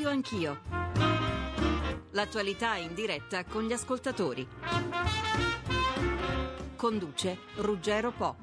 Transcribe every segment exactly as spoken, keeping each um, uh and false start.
Radio Anch'io. L'attualità in diretta con gli ascoltatori. Conduce Ruggero Po.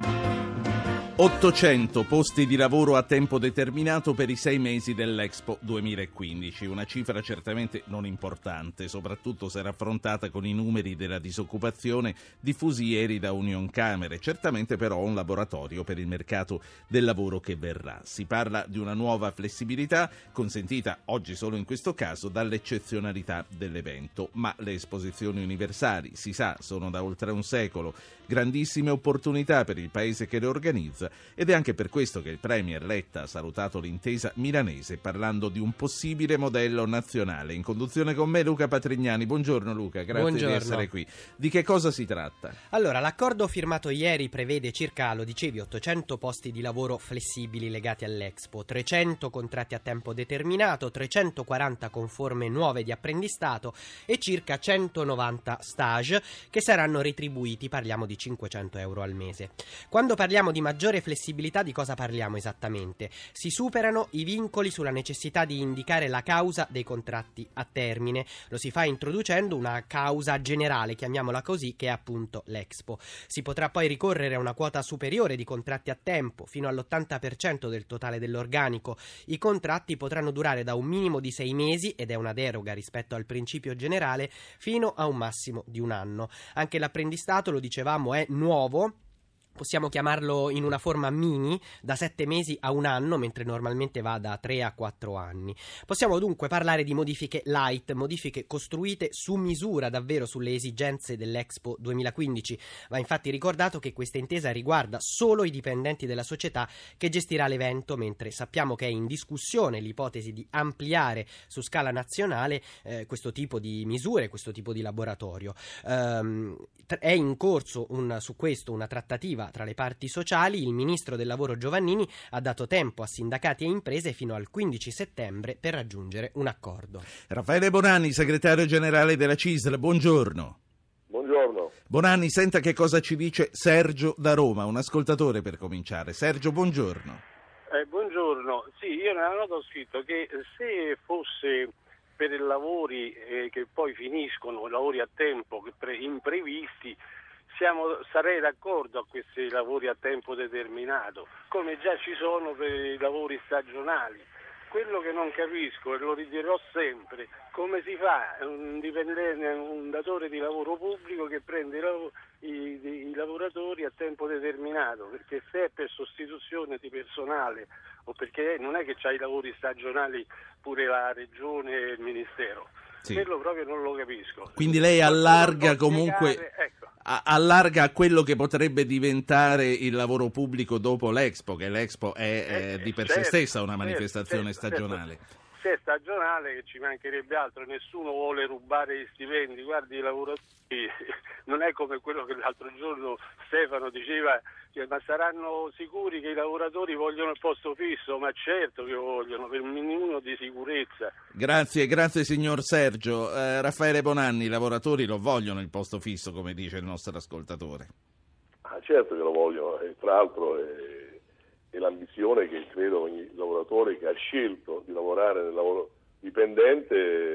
ottocento posti di lavoro a tempo determinato per i sei mesi dell'Expo duemilaquindici, una cifra certamente non importante, soprattutto se raffrontata con i numeri della disoccupazione diffusi ieri da Unioncamere, certamente però un laboratorio per il mercato del lavoro che verrà. Si parla di una nuova flessibilità consentita oggi solo in questo caso dall'eccezionalità dell'evento, ma le esposizioni universali, si sa, sono da oltre un secolo grandissime opportunità per il paese che le organizza. Ed è anche per questo che il Premier Letta ha salutato l'intesa milanese parlando di un possibile modello nazionale. In conduzione con me Luca Patrignani. Buongiorno Luca, grazie Buongiorno. di essere qui. Di che cosa si tratta? Allora, l'accordo firmato ieri prevede circa, lo dicevi, ottocento posti di lavoro flessibili legati all'Expo, trecento contratti a tempo determinato, trecentoquaranta con forme nuove di apprendistato e circa centonovanta stage che saranno retribuiti, parliamo di cinquecento euro al mese. Quando parliamo di maggiore flessibilità, di cosa parliamo esattamente? Si superano i vincoli sulla necessità di indicare la causa dei contratti a termine. Lo si fa introducendo una causa generale, chiamiamola così, che è appunto l'Expo. Si potrà poi ricorrere a una quota superiore di contratti a tempo, fino all'ottanta per cento del totale dell'organico. I contratti potranno durare da un minimo di sei mesi, ed è una deroga rispetto al principio generale, fino a un massimo di un anno. Anche l'apprendistato, lo dicevamo, è nuovo. Possiamo chiamarlo in una forma mini, da sette mesi a un anno, mentre normalmente va da tre a quattro anni. Possiamo dunque parlare di modifiche light, modifiche costruite su misura davvero sulle esigenze dell'Expo duemilaquindici. Va infatti ricordato che questa intesa riguarda solo i dipendenti della società che gestirà l'evento, mentre sappiamo che è in discussione l'ipotesi di ampliare su scala nazionale eh, questo tipo di misure, questo tipo di laboratorio. Um, è in corso un, su questo una trattativa tra le parti sociali. Il ministro del lavoro Giovannini ha dato tempo a sindacati e imprese fino al quindici settembre per raggiungere un accordo. Raffaele Bonanni, segretario generale della C I S L, buongiorno. Buongiorno. Bonanni, senta che cosa ci dice Sergio da Roma, un ascoltatore per cominciare. Sergio, buongiorno. Eh, buongiorno, sì, io nella nota ho scritto che se fosse per i lavori eh, che poi finiscono, lavori a tempo che pre- imprevisti, Siamo, sarei d'accordo a questi lavori a tempo determinato, come già ci sono per i lavori stagionali. Quello che non capisco, e lo ridirò sempre, come si fa un dipendente, un datore di lavoro pubblico che prende i, lav- i, i lavoratori a tempo determinato, perché se è per sostituzione di personale o perché non è che c'ha i lavori stagionali pure la regione e il ministero. Sì. Quello proprio non lo capisco. Quindi lei allarga comunque spiegare, ecco. a, allarga a quello che potrebbe diventare il lavoro pubblico dopo l'Expo, che l'Expo è eh, di per certo, sé stessa una manifestazione certo, stagionale. Certo. Se è stagionale, che ci mancherebbe altro, nessuno vuole rubare gli stipendi. Guardi, i lavoratori non è come quello che l'altro giorno Stefano diceva, cioè, ma saranno sicuri che i lavoratori vogliono il posto fisso? Ma certo che vogliono, per un minimo di sicurezza. Grazie, grazie signor Sergio. Eh, Raffaele Bonanni, i lavoratori lo vogliono il posto fisso, come dice il nostro ascoltatore. Ah, certo che lo vogliono, e tra l'altro è... è l'ambizione che credo ogni lavoratore che ha scelto di lavorare nel lavoro dipendente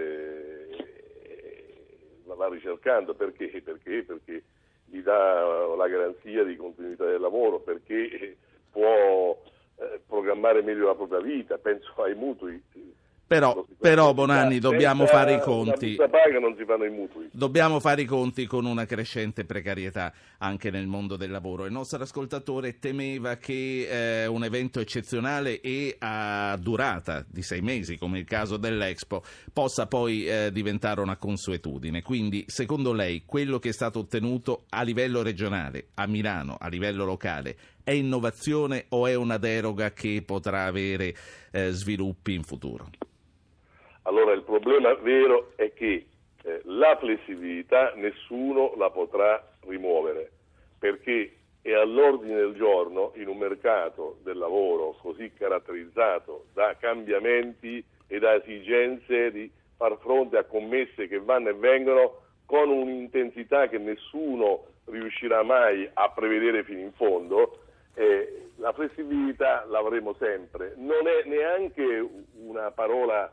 la va ricercando. Perché? Perché? Perché gli dà la garanzia di continuità del lavoro, perché può eh, programmare meglio la propria vita, penso ai mutui. Però, però Bonanni, dobbiamo fare i conti. Una paga non si fanno i mutui. Dobbiamo fare i conti con una crescente precarietà anche nel mondo del lavoro. Il nostro ascoltatore temeva che eh, un evento eccezionale e a durata di sei mesi, come il caso dell'Expo, possa poi eh, diventare una consuetudine. Quindi, secondo lei, quello che è stato ottenuto a livello regionale, a Milano, a livello locale, è innovazione o è una deroga che potrà avere eh, sviluppi in futuro? Allora, il problema vero è che eh, la flessibilità nessuno la potrà rimuovere, perché è all'ordine del giorno in un mercato del lavoro così caratterizzato da cambiamenti e da esigenze di far fronte a commesse che vanno e vengono con un'intensità che nessuno riuscirà mai a prevedere fino in fondo. Eh, la flessibilità l'avremo sempre, non è neanche una parola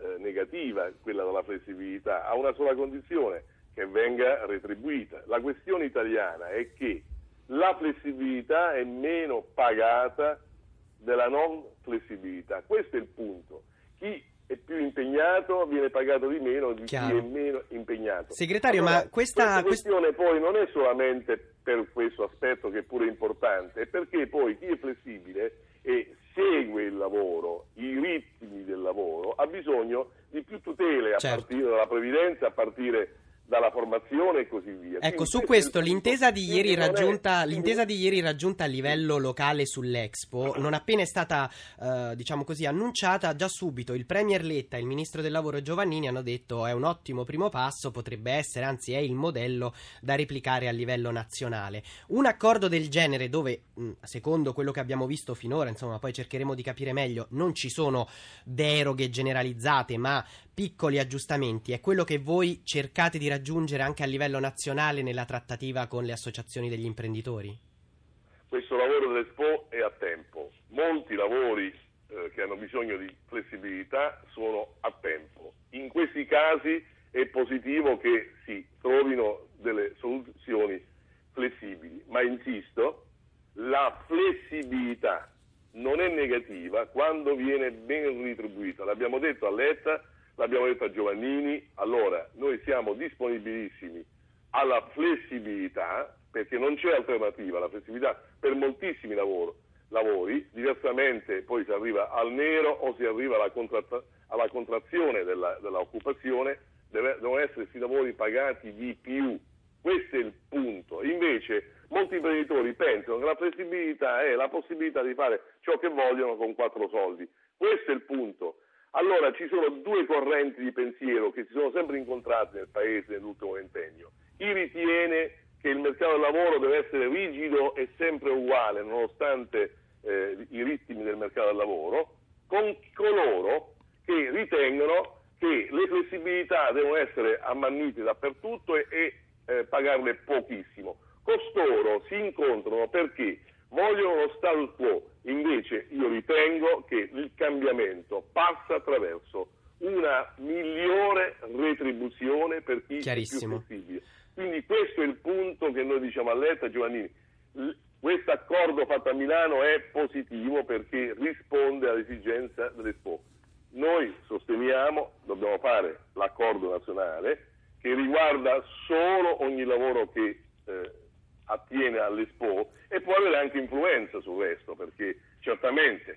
eh, negativa quella della flessibilità, ha una sola condizione, che venga retribuita. La questione italiana è che la flessibilità è meno pagata della non flessibilità. Questo è il punto. Chi è più impegnato viene pagato di meno di Chiaro. chi è meno impegnato. Segretario, allora, ma questa, questa questione quest... poi non è solamente per questo aspetto che è pure importante, è perché poi chi è flessibile e segue il lavoro, i ritmi del lavoro, ha bisogno di più tutele a certo. partire dalla previdenza, a partire dalla formazione e così via. Ecco, Quindi su questo è l'intesa di ieri raggiunta è... l'intesa di ieri raggiunta a livello locale sull'Expo, non appena è stata eh, diciamo così annunciata, già subito il Premier Letta e il Ministro del Lavoro Giovannini hanno detto è un ottimo primo passo, potrebbe essere, anzi è il modello da replicare a livello nazionale. Un accordo del genere dove, mh, secondo quello che abbiamo visto finora, insomma, poi cercheremo di capire meglio, non ci sono deroghe generalizzate, ma piccoli aggiustamenti, è quello che voi cercate di raggiungere anche a livello nazionale nella trattativa con le associazioni degli imprenditori? Questo lavoro dell'Expo è a tempo. Molti lavori eh, che hanno bisogno di flessibilità sono a tempo. In questi casi è positivo che si trovino delle soluzioni flessibili, ma insisto, la flessibilità non è negativa quando viene ben ritribuita. L'abbiamo detto a Letta, l'abbiamo detto a Giovannini. Allora noi siamo disponibilissimi alla flessibilità perché non c'è alternativa alla flessibilità per moltissimi lavoro, lavori, diversamente poi si arriva al nero o si arriva alla, contratta, alla contrazione della, dell'occupazione, deve, devono essere questi lavori pagati di più. Questo è il punto. Invece molti imprenditori pensano che la flessibilità è la possibilità di fare ciò che vogliono con quattro soldi. Questo è il punto. Allora ci sono due correnti di pensiero che si sono sempre incontrate nel Paese nell'ultimo ventennio. Chi ritiene che il mercato del lavoro deve essere rigido e sempre uguale nonostante eh, i ritmi del mercato del lavoro, con coloro che ritengono che le flessibilità devono essere ammannite dappertutto e, e eh, pagarle pochissimo. Costoro si incontrano perché vogliono lo status quo, invece io ritengo che il cambiamento passa attraverso una migliore retribuzione per chi è più flessibile. Quindi questo è il punto che noi diciamo a Letta e Giovannini. Questo accordo fatto a Milano è positivo perché risponde all'esigenza dell'Expo. Noi sosteniamo, dobbiamo fare l'accordo nazionale che riguarda solo ogni lavoro che eh, attiene all'Expo e può avere anche influenza sul resto, perché certamente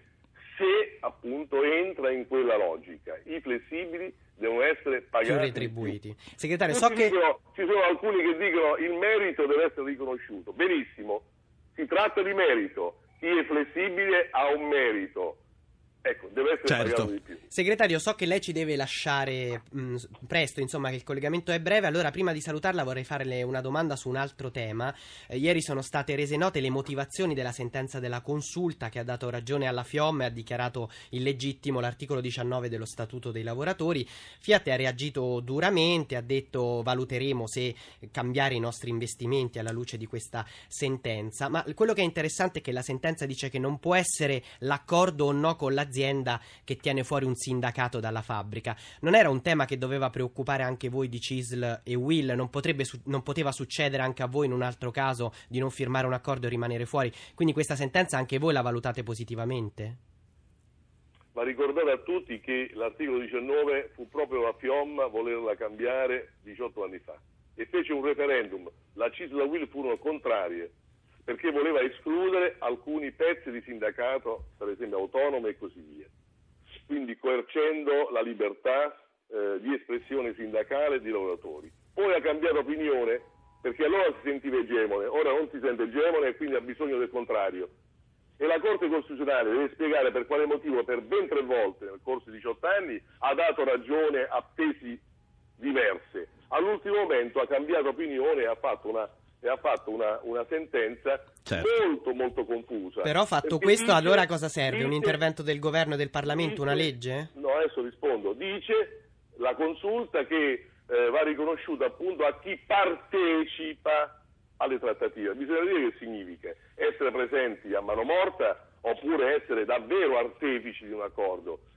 se appunto entra in quella logica i flessibili devono essere pagati più retribuiti. Più. Segretario, Tutti so che dicono, ci sono alcuni che dicono il merito deve essere riconosciuto. Benissimo, si tratta di merito, chi è flessibile ha un merito. Ecco, deve essere certo. pagato di più. Segretario, so che lei ci deve lasciare mh, presto, insomma, che il collegamento è breve. Allora, prima di salutarla vorrei farle una domanda su un altro tema. Eh, ieri sono state rese note le motivazioni della sentenza della consulta che ha dato ragione alla FIOM e ha dichiarato illegittimo l'articolo diciannove dello Statuto dei lavoratori. Fiat ha reagito duramente, ha detto valuteremo se cambiare i nostri investimenti alla luce di questa sentenza. Ma quello che è interessante è che la sentenza dice che non può essere l'accordo o no con l'azienda che tiene fuori un sindacato dalla fabbrica. Non era un tema che doveva preoccupare anche voi di C I S L e U I L? Non, potrebbe, non poteva succedere anche a voi in un altro caso di non firmare un accordo e rimanere fuori? Quindi questa sentenza anche voi la valutate positivamente? Ma ricordate a tutti che l'articolo diciannove fu proprio la FIOM a volerla cambiare diciotto anni fa e fece un referendum. La C I S L e la U I L furono contrarie perché voleva escludere alcuni pezzi di sindacato, per esempio autonomo e così via, quindi coercendo la libertà eh, di espressione sindacale di lavoratori. Poi ha cambiato opinione perché allora si sentiva egemone, ora non si sente egemone e quindi ha bisogno del contrario. E la Corte Costituzionale deve spiegare per quale motivo per ben tre volte nel corso di diciotto anni ha dato ragione a tesi diverse. All'ultimo momento ha cambiato opinione e ha fatto una e ha fatto una, una sentenza certo. molto molto confusa. Però fatto questo dice, allora cosa serve? Dice, un intervento del governo e del Parlamento, dice, una legge? No, adesso rispondo. Dice la consulta che eh, va riconosciuta appunto a chi partecipa alle trattative. Bisogna dire che significa essere presenti a mano morta oppure essere davvero artefici di un accordo.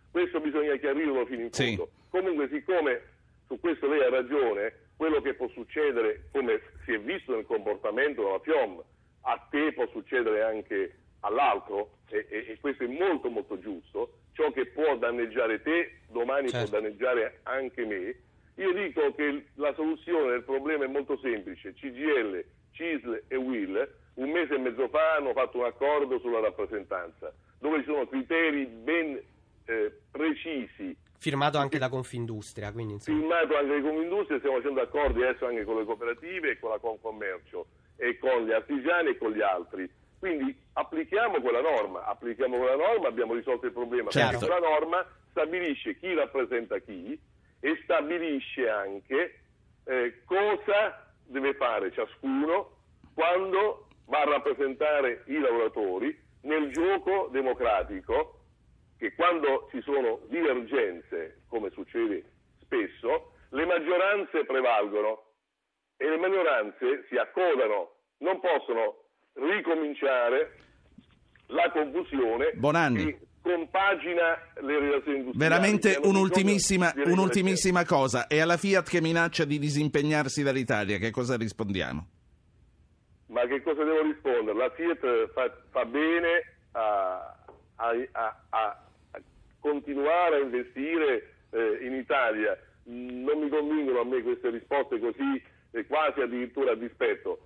Questo bisogna chiarirlo fino in Sì. fondo. Comunque, siccome su questo lei ha ragione, quello che può succedere, come si è visto nel comportamento della F I O M, a te può succedere anche all'altro, e, e, e questo è molto molto giusto. Ciò che può danneggiare te, domani Certo. può danneggiare anche me. Io dico che la soluzione del problema è molto semplice. C G I L, C I S L e U I L un mese e mezzo fa hanno fatto un accordo sulla rappresentanza, dove ci sono criteri ben eh, precisi, Firmato anche da Confindustria, quindi insomma. firmato anche con l'industria. Stiamo facendo accordi adesso anche con le cooperative e con la Confcommercio e con gli artigiani e con gli altri. Quindi applichiamo quella norma, applichiamo quella norma, abbiamo risolto il problema. Certo. Perché quella norma stabilisce chi rappresenta chi e stabilisce anche eh, cosa deve fare ciascuno quando va a rappresentare i lavoratori nel gioco democratico, che quando ci sono divergenze, come succede spesso, le maggioranze prevalgono e le minoranze si accodano, non possono ricominciare la confusione Bonanni. che compagina le relazioni industriali. Veramente che hanno un'ultimissima, bisogno di un'ultimissima cosa. E alla Fiat che minaccia di disimpegnarsi dall'Italia, che cosa rispondiamo? Ma che cosa devo rispondere? La Fiat fa, fa bene a, a, a, a continuare a investire eh, in Italia. Non mi convincono a me queste risposte così eh, quasi addirittura a dispetto.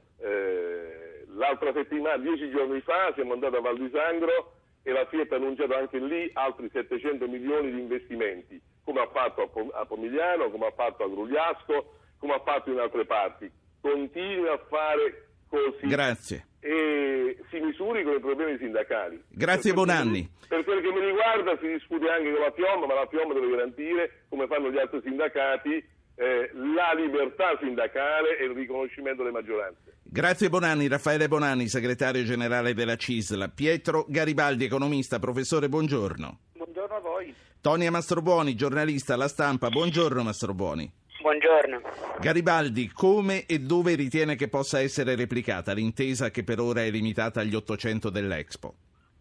Eh, l'altra settimana, dieci giorni fa, siamo andati a Val di Sangro e la Fiat ha annunciato anche lì altri settecento milioni di investimenti, come ha fatto a, Pom- a Pomigliano, come ha fatto a Grugliasco, come ha fatto in altre parti. Continui a fare così. Grazie. E si misuri con i problemi sindacali. Grazie per Bonanni. Quel, per quel che mi riguarda si discute anche con la F I O M, ma la F I O M deve garantire, come fanno gli altri sindacati, eh, la libertà sindacale e il riconoscimento delle maggioranze. Grazie Bonanni, Raffaele Bonanni, segretario generale della C I S L. Pietro Garibaldi, economista. Professore, buongiorno. Buongiorno a voi. Tonia Mastrobuoni, giornalista alla Stampa. Buongiorno Mastrobuoni. Buongiorno. Garibaldi, come e dove ritiene che possa essere replicata l'intesa che per ora è limitata agli ottocento dell'Expo?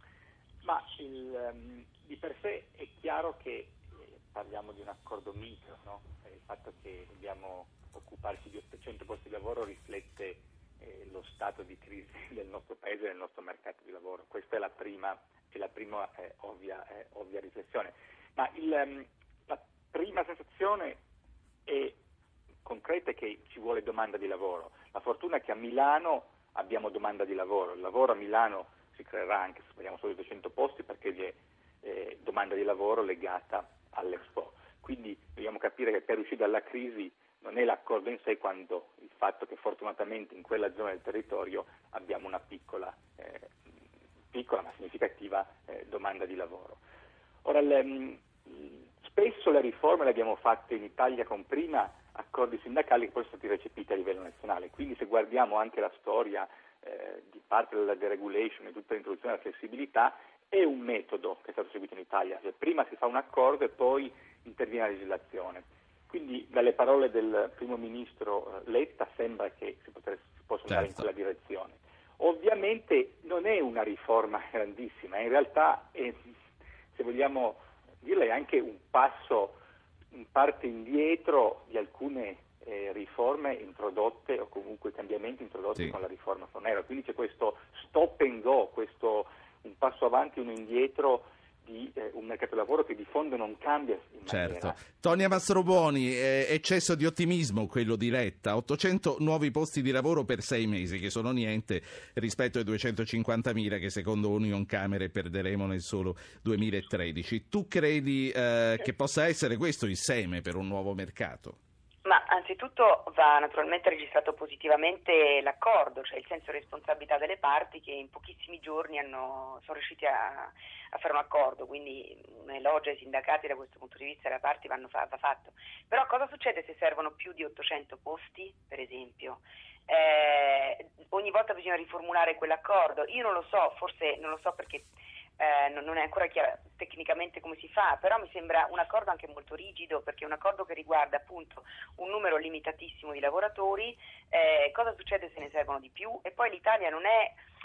Ma il, um, di per sé è chiaro che eh, parliamo di un accordo micro, no? Eh, il fatto che dobbiamo occuparci di ottocento posti di lavoro riflette eh, lo stato di crisi del nostro paese e del nostro mercato di lavoro. Questa è la prima, è la prima eh, ovvia, eh, ovvia riflessione. Ma il, um, la prima sensazione è concreta, è che ci vuole domanda di lavoro. La fortuna è che a Milano abbiamo domanda di lavoro. Il lavoro a Milano si creerà anche se parliamo solo di duecento posti, perché vi è eh, domanda di lavoro legata all'Expo. Quindi dobbiamo capire che per uscire dalla crisi non è l'accordo in sé, quanto il fatto che fortunatamente in quella zona del territorio abbiamo una piccola, eh, piccola ma significativa eh, domanda di lavoro. Ora, le, spesso le riforme le abbiamo fatte in Italia con prima accordi sindacali che poi sono stati recepiti a livello nazionale. Quindi se guardiamo anche la storia eh, di parte della deregulation e tutta l'introduzione della flessibilità, è un metodo che è stato seguito in Italia. Cioè, prima si fa un accordo e poi interviene la legislazione. Quindi dalle parole del primo ministro Letta sembra che si, potesse, si possa andare Certo. in quella direzione. Ovviamente non è una riforma grandissima, in realtà è, se vogliamo dirla, è anche un passo in parte indietro di alcune eh, riforme introdotte o comunque cambiamenti introdotti Sì. con la riforma Fornero. Quindi c'è questo stop and go, questo un passo avanti e uno indietro di eh, un mercato del lavoro che di fondo non cambia in Certo. maniera... Tonia Mastrobuoni, eh, eccesso di ottimismo quello di Letta, ottocento nuovi posti di lavoro per sei mesi, che sono niente rispetto ai duecentocinquantamila che secondo Union Camere perderemo nel solo duemilatredici. Tu credi eh, che possa essere questo il seme per un nuovo mercato? Ma anzitutto va naturalmente registrato positivamente l'accordo, cioè il senso di responsabilità delle parti che in pochissimi giorni hanno, sono riusciti a, a fare un accordo, quindi un elogio ai sindacati da questo punto di vista e alle parti vanno fa, va fatto. Però cosa succede se servono più di ottocento posti, per esempio? Eh, ogni volta bisogna riformulare quell'accordo. Io non lo so, forse non lo so perché Eh, non è ancora chiaro tecnicamente come si fa, però mi sembra un accordo anche molto rigido, perché è un accordo che riguarda appunto un numero limitatissimo di lavoratori. Eh, cosa succede se ne servono di più? E poi l'Italia non è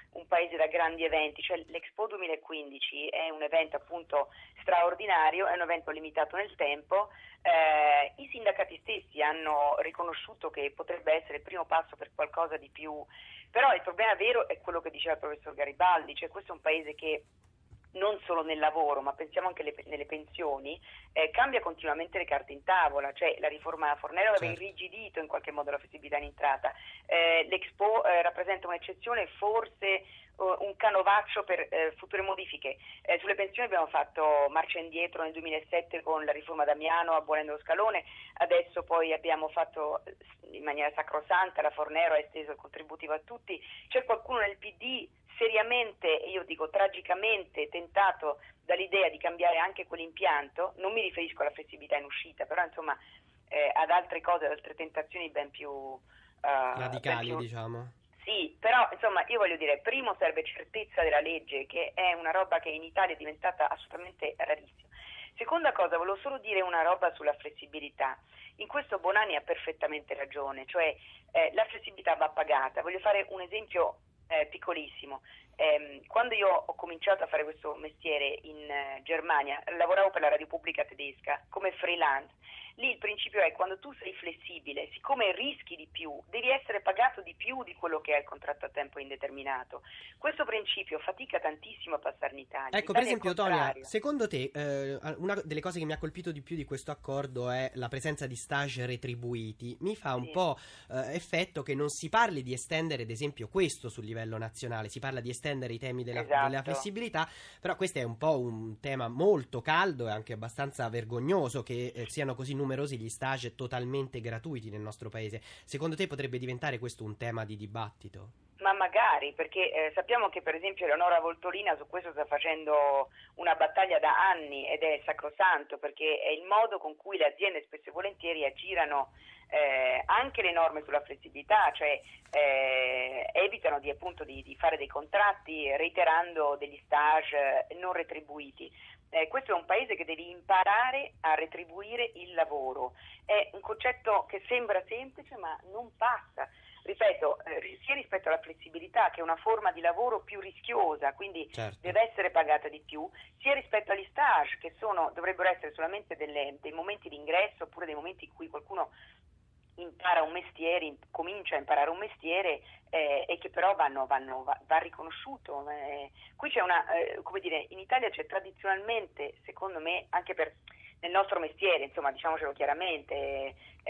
un paese da grandi eventi, cioè l'Expo duemilaquindici è un evento appunto straordinario, è un evento limitato nel tempo, eh, i sindacati stessi hanno riconosciuto che potrebbe essere il primo passo per qualcosa di più, però il problema vero è quello che diceva il professor Garibaldi, cioè questo è un paese che non solo nel lavoro, ma pensiamo anche le, nelle pensioni, eh, cambia continuamente le carte in tavola, cioè la riforma Fornero aveva certo. irrigidito in qualche modo la flessibilità in entrata, eh, l'Expo eh, rappresenta un'eccezione, forse uh, un canovaccio per eh, future modifiche. Eh, sulle pensioni abbiamo fatto marcia indietro nel duemilasette con la riforma Damiano abolendo lo scalone, adesso poi abbiamo fatto in maniera sacrosanta, la Fornero ha esteso il contributivo a tutti, c'è qualcuno nel P D seriamente, e io dico tragicamente, tentato dall'idea di cambiare anche quell'impianto, non mi riferisco alla flessibilità in uscita, però insomma eh, ad altre cose, ad altre tentazioni ben più uh, radicali, ben più... diciamo. Sì, però insomma io voglio dire, primo serve certezza della legge, che è una roba che in Italia è diventata assolutamente rarissima. Seconda cosa, volevo solo dire una roba sulla flessibilità. In questo Bonanni ha perfettamente ragione, cioè eh, la flessibilità va pagata. Voglio fare un esempio Eh, piccolissimo. Eh, quando io ho cominciato a fare questo mestiere in eh, Germania, lavoravo per la Radio Pubblica tedesca come freelance. Lì il principio è: quando tu sei flessibile, siccome rischi di più, devi essere pagato di più di quello che è il contratto a tempo indeterminato. Questo principio fatica tantissimo a passare in Italia. Ecco, in per Italia esempio, è il Tonia, contrario. secondo te eh, una delle cose che mi ha colpito di più di questo accordo è la presenza di stage retribuiti. Mi fa un Sì. po' eh, effetto che non si parli di estendere, ad esempio, questo sul livello nazionale, si parla di estendere i temi della, Esatto. della flessibilità, però questo è un po' un tema molto caldo e anche abbastanza vergognoso che eh, siano così numerosi gli stage totalmente gratuiti nel nostro paese. Secondo te potrebbe diventare questo un tema di dibattito? Ma magari, perché eh, sappiamo che per esempio Eleonora Voltolina su questo sta facendo una battaglia da anni ed è sacrosanto, perché è il modo con cui le aziende spesso e volentieri aggirano eh, anche le norme sulla flessibilità, cioè eh, evitano di, appunto, di, di fare dei contratti reiterando degli stage non retribuiti. Eh, questo è un paese che deve imparare a retribuire il lavoro. È un concetto che sembra semplice ma non passa. Ripeto, eh, sia rispetto alla flessibilità, che è una forma di lavoro più rischiosa, quindi Certo. deve essere pagata di più, sia rispetto agli stage, che sono, dovrebbero essere solamente delle, dei momenti di ingresso oppure dei momenti in cui qualcuno impara un mestiere, in, comincia a imparare un mestiere eh, e che però vanno, vanno, va, va riconosciuto. Eh, qui c'è una, eh, come dire, in Italia c'è tradizionalmente, secondo me, anche per nel nostro mestiere, insomma, diciamocelo chiaramente,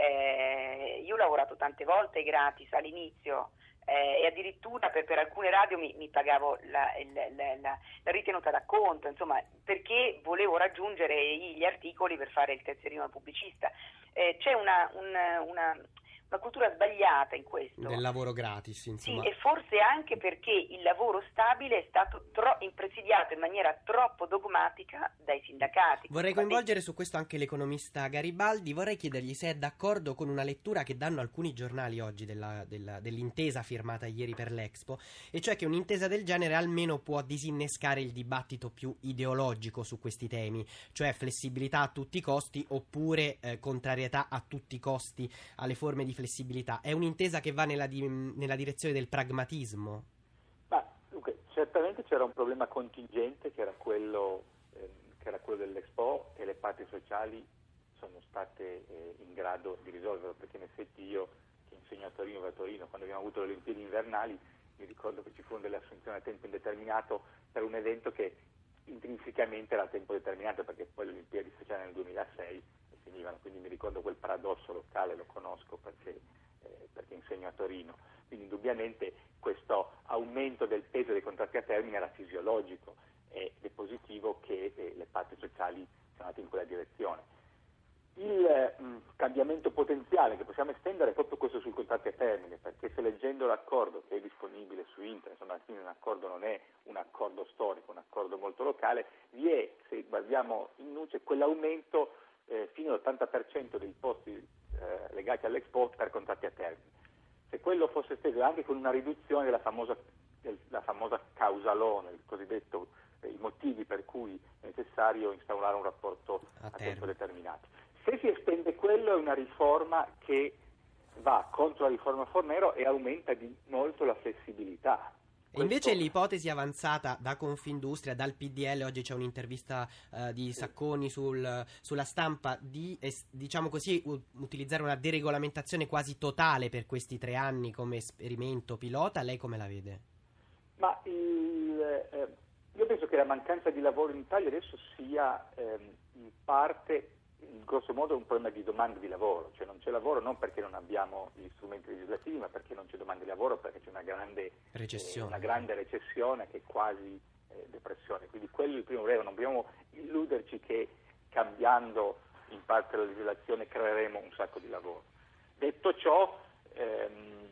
eh, io ho lavorato tante volte gratis all'inizio eh, e addirittura per, per alcune radio mi, mi pagavo la, la, la, la, la ritenuta d'acconto, insomma, perché volevo raggiungere gli articoli per fare il tesserino pubblicista. Eh, c'è una, una, una, una cultura sbagliata in questo. Del lavoro gratis, insomma. Sì, e forse anche perché il lavoro stabile è stato tro- impresidiato in maniera troppo dogmatica dai sindacati. Vorrei coinvolgere su questo anche l'economista Garibaldi. Vorrei chiedergli se è d'accordo con una lettura che danno alcuni giornali oggi della, della, dell'intesa firmata ieri per l'Expo, e cioè che un'intesa del genere almeno può disinnescare il dibattito più ideologico su questi temi, cioè flessibilità a tutti i costi oppure eh, contrarietà a tutti i costi alle forme di flessibilità. È un'intesa che va nella, di, nella direzione del pragmatismo? Ma dunque, certamente c'era un problema contingente che era quello, eh, che era quello dell'Expo, e le parti sociali sono state eh, in grado di risolverlo, perché in effetti io che insegno a Torino e a Torino, quando abbiamo avuto le Olimpiadi invernali, mi ricordo che ci furono delle assunzioni a tempo indeterminato per un evento che intrinsecamente era a tempo determinato, perché poi le Olimpiadi speciali nel duemilasei e finivano, quindi mi ricordo quel paradosso locale, lo conosco perché, eh, perché insegno a Torino. Quindi indubbiamente questo aumento del peso dei contratti a termine era fisiologico ed è positivo che eh, le parti sociali siano andate in quella direzione. Il eh, cambiamento potenziale che possiamo estendere è proprio questo sul contratti a termine, perché se leggendo l'accordo che è disponibile su internet, insomma alla fine un accordo non è un accordo storico, un accordo molto locale, vi è, se guardiamo in nuce, quell'aumento eh, fino all'ottanta per cento dei posti eh, legati all'Expo per contratti a termine. Se quello fosse esteso anche con una riduzione della famosa, della famosa causalone, il cosiddetto eh, i motivi per cui è necessario instaurare un rapporto a, a tempo determinato. Se si estende quello è una riforma che va contro la riforma Fornero e aumenta di molto la flessibilità. E invece l'ipotesi avanzata da Confindustria, dal P D L, oggi c'è un'intervista uh, di Sacconi sul, sulla Stampa, di es, diciamo così u- utilizzare una deregolamentazione quasi totale per questi tre anni come esperimento pilota, lei come la vede? Ma il, eh, io penso che la mancanza di lavoro in Italia adesso sia ehm, in parte, in grosso modo, un problema di domanda di lavoro, cioè non c'è lavoro non perché non abbiamo gli strumenti legislativi, ma perché non c'è domanda di lavoro, perché c'è una grande recessione, eh, una grande recessione che è quasi eh, depressione. Quindi quello è il primo problema. Non dobbiamo illuderci che cambiando in parte la legislazione creeremo un sacco di lavoro. Detto ciò, ehm,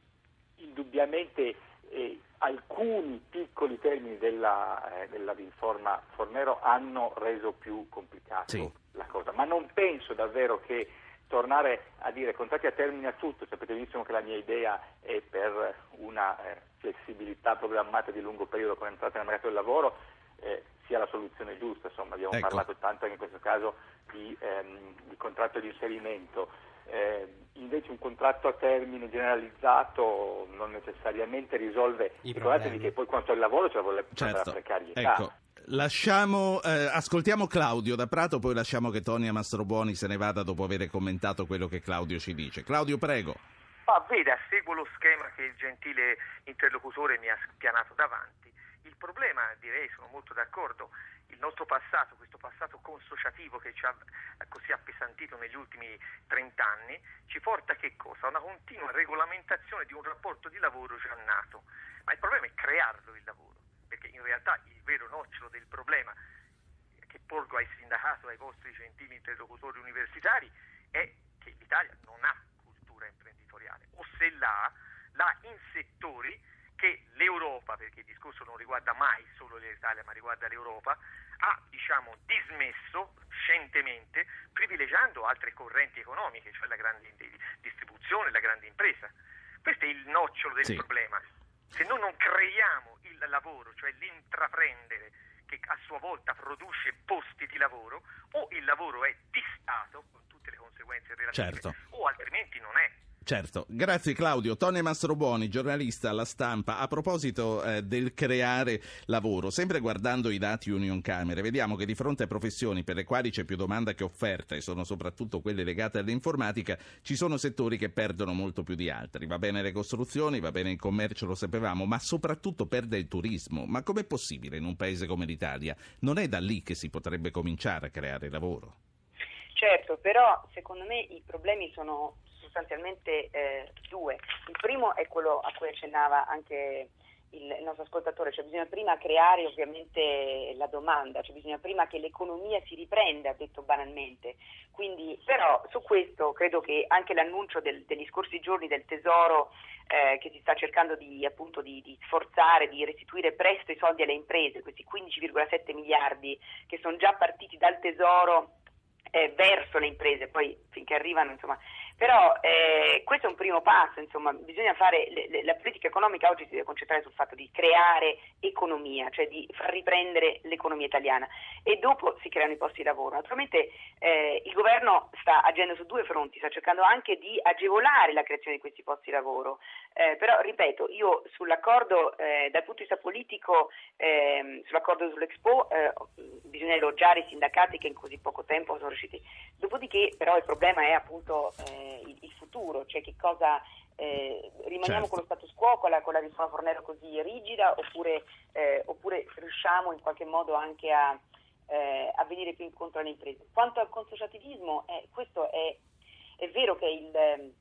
indubbiamente eh, alcuni piccoli termini della, eh, della riforma Fornero hanno reso più complicato sì. la cosa, ma non penso davvero che tornare a dire contratti a termine a tutto, sapete benissimo che la mia idea è per una eh, flessibilità programmata di lungo periodo con entrata nel mercato del lavoro, eh, sia la soluzione giusta. Insomma, abbiamo ecco. parlato tanto anche in questo caso di, ehm, di contratto di inserimento. Eh, invece un contratto a termine generalizzato non necessariamente risolve. Ricordatevi che poi quanto al lavoro c'è la, certo. la precarietà. Ecco. Lasciamo, eh, ascoltiamo Claudio da Prato, poi lasciamo che Tonia Mastrobuoni se ne vada dopo aver commentato quello che Claudio ci dice. Claudio, prego. Ah, veda, seguo lo schema che il gentile interlocutore mi ha spianato davanti. Il problema, direi, sono molto d'accordo, il nostro passato, questo passato consociativo che ci ha così appesantito negli ultimi trent'anni, ci porta a che cosa? A una continua regolamentazione di un rapporto di lavoro già nato. Ma il problema è crearlo il lavoro, perché in realtà il vero nocciolo del problema che porgo ai sindacati, ai vostri gentili interlocutori universitari, è che l'Italia non ha cultura imprenditoriale, o se l'ha, l'ha in settori che l'Europa, perché il discorso non riguarda mai solo l'Italia ma riguarda l'Europa, ha diciamo dismesso scientemente, privilegiando altre correnti economiche, cioè la grande distribuzione, la grande impresa. Questo è il nocciolo del sì. problema. Se noi non creiamo il lavoro, cioè l'intraprendere che a sua volta produce posti di lavoro, o il lavoro è di Stato con tutte le conseguenze relative, certo. o altrimenti non è. Certo, grazie Claudio. Tonia Mastrobuoni, giornalista alla Stampa. A proposito eh, del creare lavoro, sempre guardando i dati Unioncamere, vediamo che di fronte a professioni per le quali c'è più domanda che offerta, e sono soprattutto quelle legate all'informatica, ci sono settori che perdono molto più di altri. Va bene le costruzioni, va bene il commercio, lo sapevamo, ma soprattutto perde il turismo. Ma com'è possibile in un paese come l'Italia? Non è da lì che si potrebbe cominciare a creare lavoro? Certo, però secondo me i problemi sono sostanzialmente eh, due. Il primo è quello a cui accennava anche il, il nostro ascoltatore, cioè bisogna prima creare ovviamente la domanda, cioè bisogna prima che l'economia si riprenda, detto banalmente. Quindi, però su questo credo che anche l'annuncio del, degli scorsi giorni del Tesoro eh, che si sta cercando di appunto di, di sforzare di restituire presto i soldi alle imprese, questi quindici virgola sette miliardi che sono già partiti dal Tesoro eh, verso le imprese, poi finché arrivano insomma. Però eh, questo è un primo passo, insomma, bisogna fare, le, le, la politica economica oggi si deve concentrare sul fatto di creare economia, cioè di far riprendere l'economia italiana, e dopo si creano i posti di lavoro. Naturalmente eh, il governo sta agendo su due fronti, sta cercando anche di agevolare la creazione di questi posti di lavoro, eh, però ripeto, io sull'accordo eh, dal punto di vista politico, eh, sull'accordo sull'Expo eh, bisogna elogiare i sindacati che in così poco tempo sono riusciti, dopodiché però il problema è appunto eh, Il, il futuro, cioè che cosa eh, rimaniamo certo. con lo status quo, con la, con la riforma Fornero così rigida, oppure, eh, oppure riusciamo in qualche modo anche a, eh, a venire più incontro alle imprese. Quanto al consociativismo, eh, questo è, è vero che è il,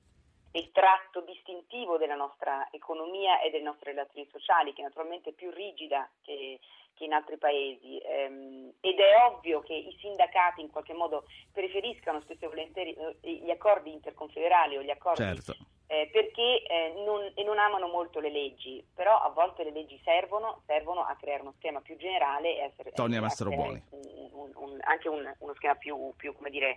è il tratto distintivo della nostra economia e delle nostre relazioni sociali, che naturalmente è più rigida che che in altri paesi, ehm, ed è ovvio che i sindacati in qualche modo preferiscano spesso e volentieri eh, gli accordi interconfederali o gli accordi certo. eh, perché eh, non, e non amano molto le leggi, però a volte le leggi servono servono a creare uno schema più generale e essere Tonia Mastrobuoni un, un, un, anche un, uno schema più, più come dire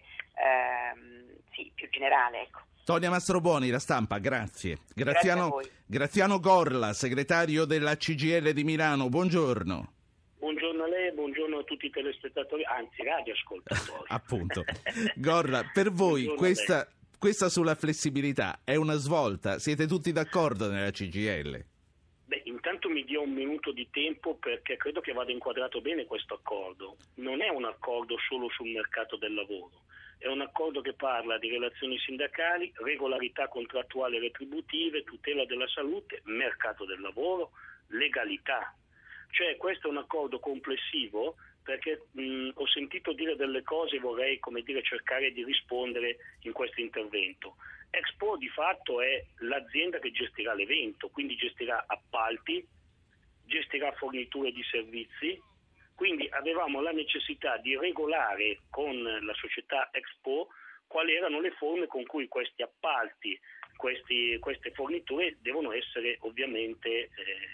ehm, sì, più generale, ecco. Tonia Mastrobuoni, La Stampa, grazie. Graziano, grazie Graziano Gorla, segretario della C G I L di Milano, buongiorno. Buongiorno a lei, buongiorno a tutti i telespettatori, anzi radioascoltatori. Appunto. Gorla, per voi questa, questa sulla flessibilità è una svolta? Siete tutti d'accordo nella C G I L? Beh, intanto Intanto mi dia un minuto di tempo perché credo che vada inquadrato bene questo accordo. Non è un accordo solo sul mercato del lavoro, è un accordo che parla di relazioni sindacali, regolarità contrattuali e retributive, tutela della salute, mercato del lavoro, legalità. Cioè questo è un accordo complessivo perché mh, ho sentito dire delle cose e vorrei, come dire, cercare di rispondere in questo intervento. Expo di fatto è l'azienda che gestirà l'evento, quindi gestirà appalti, gestirà forniture di servizi, quindi avevamo la necessità di regolare con la società Expo quali erano le forme con cui questi appalti, questi, queste forniture devono essere ovviamente eh,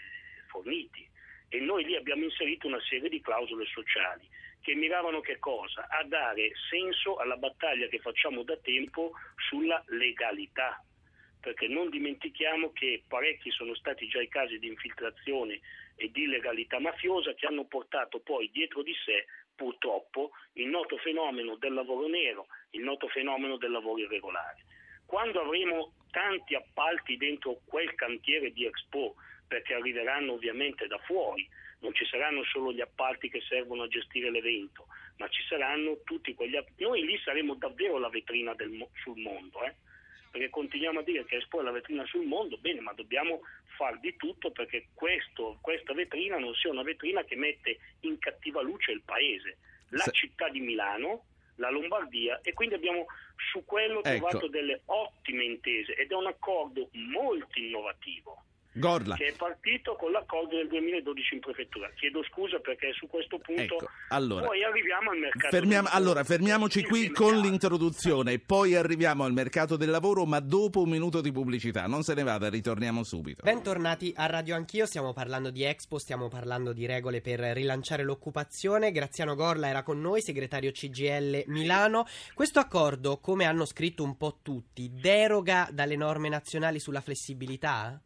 forniti. E noi lì abbiamo inserito una serie di clausole sociali che miravano che cosa? A dare senso alla battaglia che facciamo da tempo sulla legalità, perché non dimentichiamo che parecchi sono stati già i casi di infiltrazione e di illegalità mafiosa che hanno portato poi dietro di sé purtroppo il noto fenomeno del lavoro nero, il noto fenomeno del lavoro irregolare. Quando avremo tanti appalti dentro quel cantiere di Expo, perché arriveranno ovviamente da fuori, non ci saranno solo gli appalti che servono a gestire l'evento, ma ci saranno tutti quegli appalti. Noi lì saremo davvero la vetrina del mo- sul mondo, eh? Perché continuiamo a dire che Expo è la vetrina sul mondo, bene, ma dobbiamo far di tutto perché questo, questa vetrina non sia una vetrina che mette in cattiva luce il paese, la Se... città di Milano, la Lombardia, e quindi abbiamo su quello ecco. trovato delle ottime intese ed è un accordo molto innovativo. Gorla. Che è partito con l'accordo del duemiladodici in prefettura. Chiedo scusa perché su questo punto ecco, allora, poi arriviamo al mercato fermiamo, del lavoro. allora fermiamoci qui con l'introduzione e poi arriviamo al mercato del lavoro, ma dopo un minuto di pubblicità. Non se ne vada, ritorniamo subito. Bentornati a Radio Anch'io, stiamo parlando di Expo, stiamo parlando di regole per rilanciare l'occupazione. Graziano Gorla era con noi, segretario C G I L Milano. Questo accordo, come hanno scritto un po' tutti, deroga dalle norme nazionali sulla flessibilità?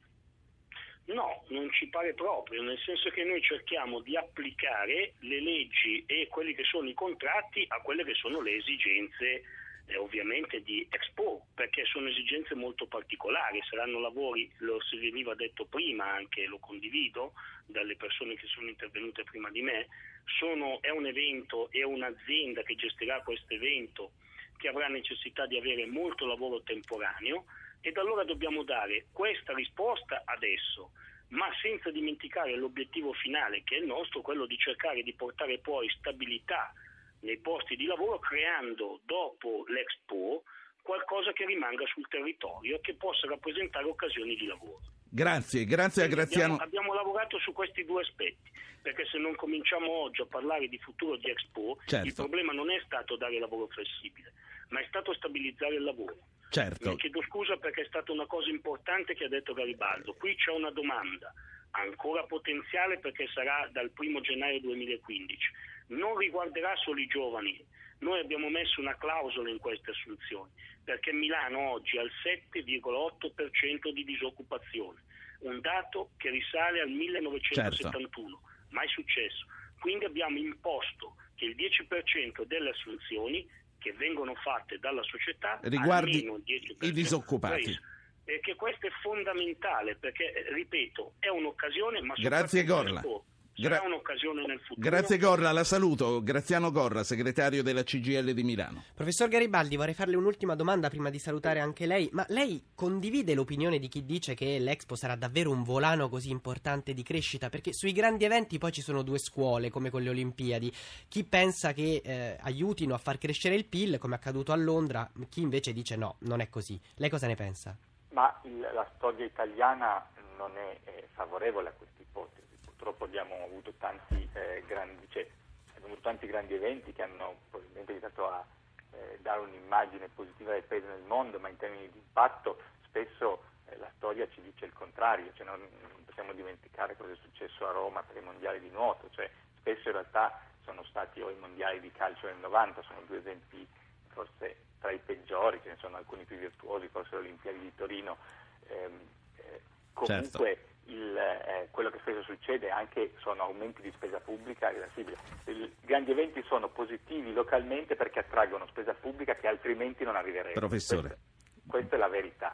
No, non ci pare proprio, nel senso che noi cerchiamo di applicare le leggi e quelli che sono i contratti a quelle che sono le esigenze eh, ovviamente di Expo, perché sono esigenze molto particolari, saranno lavori, lo si veniva detto prima, anche lo condivido dalle persone che sono intervenute prima di me, sono, è un evento, è un'azienda che gestirà questo evento che avrà necessità di avere molto lavoro temporaneo. Ed allora dobbiamo dare questa risposta adesso, ma senza dimenticare l'obiettivo finale che è il nostro, quello di cercare di portare poi stabilità nei posti di lavoro, creando dopo l'Expo qualcosa che rimanga sul territorio, che possa rappresentare occasioni di lavoro. Grazie, grazie a Graziano. Abbiamo, abbiamo lavorato su questi due aspetti, perché se non cominciamo oggi a parlare di futuro di Expo, certo. Il problema non è stato dare lavoro flessibile, ma è stato stabilizzare il lavoro. Certo. Mi chiedo scusa perché è stata una cosa importante che ha detto Garibaldo. Qui c'è una domanda ancora potenziale perché sarà dal primo gennaio duemilaquindici. Non riguarderà solo i giovani. Noi abbiamo messo una clausola in queste assunzioni perché Milano oggi ha il sette virgola otto per cento di disoccupazione, un dato che risale al millenovecentosettantuno, certo. Mai successo. Quindi abbiamo imposto che il dieci per cento delle assunzioni che vengono fatte dalla società riguardi almeno il dieci per cento i disoccupati. preso. E che questo è fondamentale perché, ripeto, è un'occasione, ma grazie Gorla. Sarà Gra- un'occasione nel futuro. Grazie Gorla, la saluto. Graziano Gorla, segretario della C G I L di Milano. Professor Garibaldi, vorrei farle un'ultima domanda prima di salutare anche lei. Ma lei condivide l'opinione di chi dice che l'Expo sarà davvero un volano così importante di crescita? Perché sui grandi eventi poi ci sono due scuole, come con le Olimpiadi. Chi pensa che eh, aiutino a far crescere il P I L, come è accaduto a Londra, chi invece dice no, non è così. Lei cosa ne pensa? Ma il, la storia italiana non è, è favorevole a questa ipotesi. Purtroppo abbiamo avuto tanti eh, grandi, cioè, abbiamo avuto tanti grandi eventi che hanno probabilmente aiutato a eh, dare un'immagine positiva del paese nel mondo, ma in termini di impatto spesso eh, la storia ci dice il contrario, cioè non, non possiamo dimenticare cosa è successo a Roma per i mondiali di nuoto, cioè spesso in realtà sono stati o i mondiali di calcio nel novanta, sono due esempi forse tra i peggiori, ce ne sono alcuni più virtuosi, forse le Olimpiadi di Torino, ehm, eh, comunque certo. Il, eh, quello che spesso succede anche sono aumenti di spesa pubblica irreversibili. I grandi eventi sono positivi localmente perché attraggono spesa pubblica che altrimenti non arriverebbe. Professore. Questa, questa è la verità.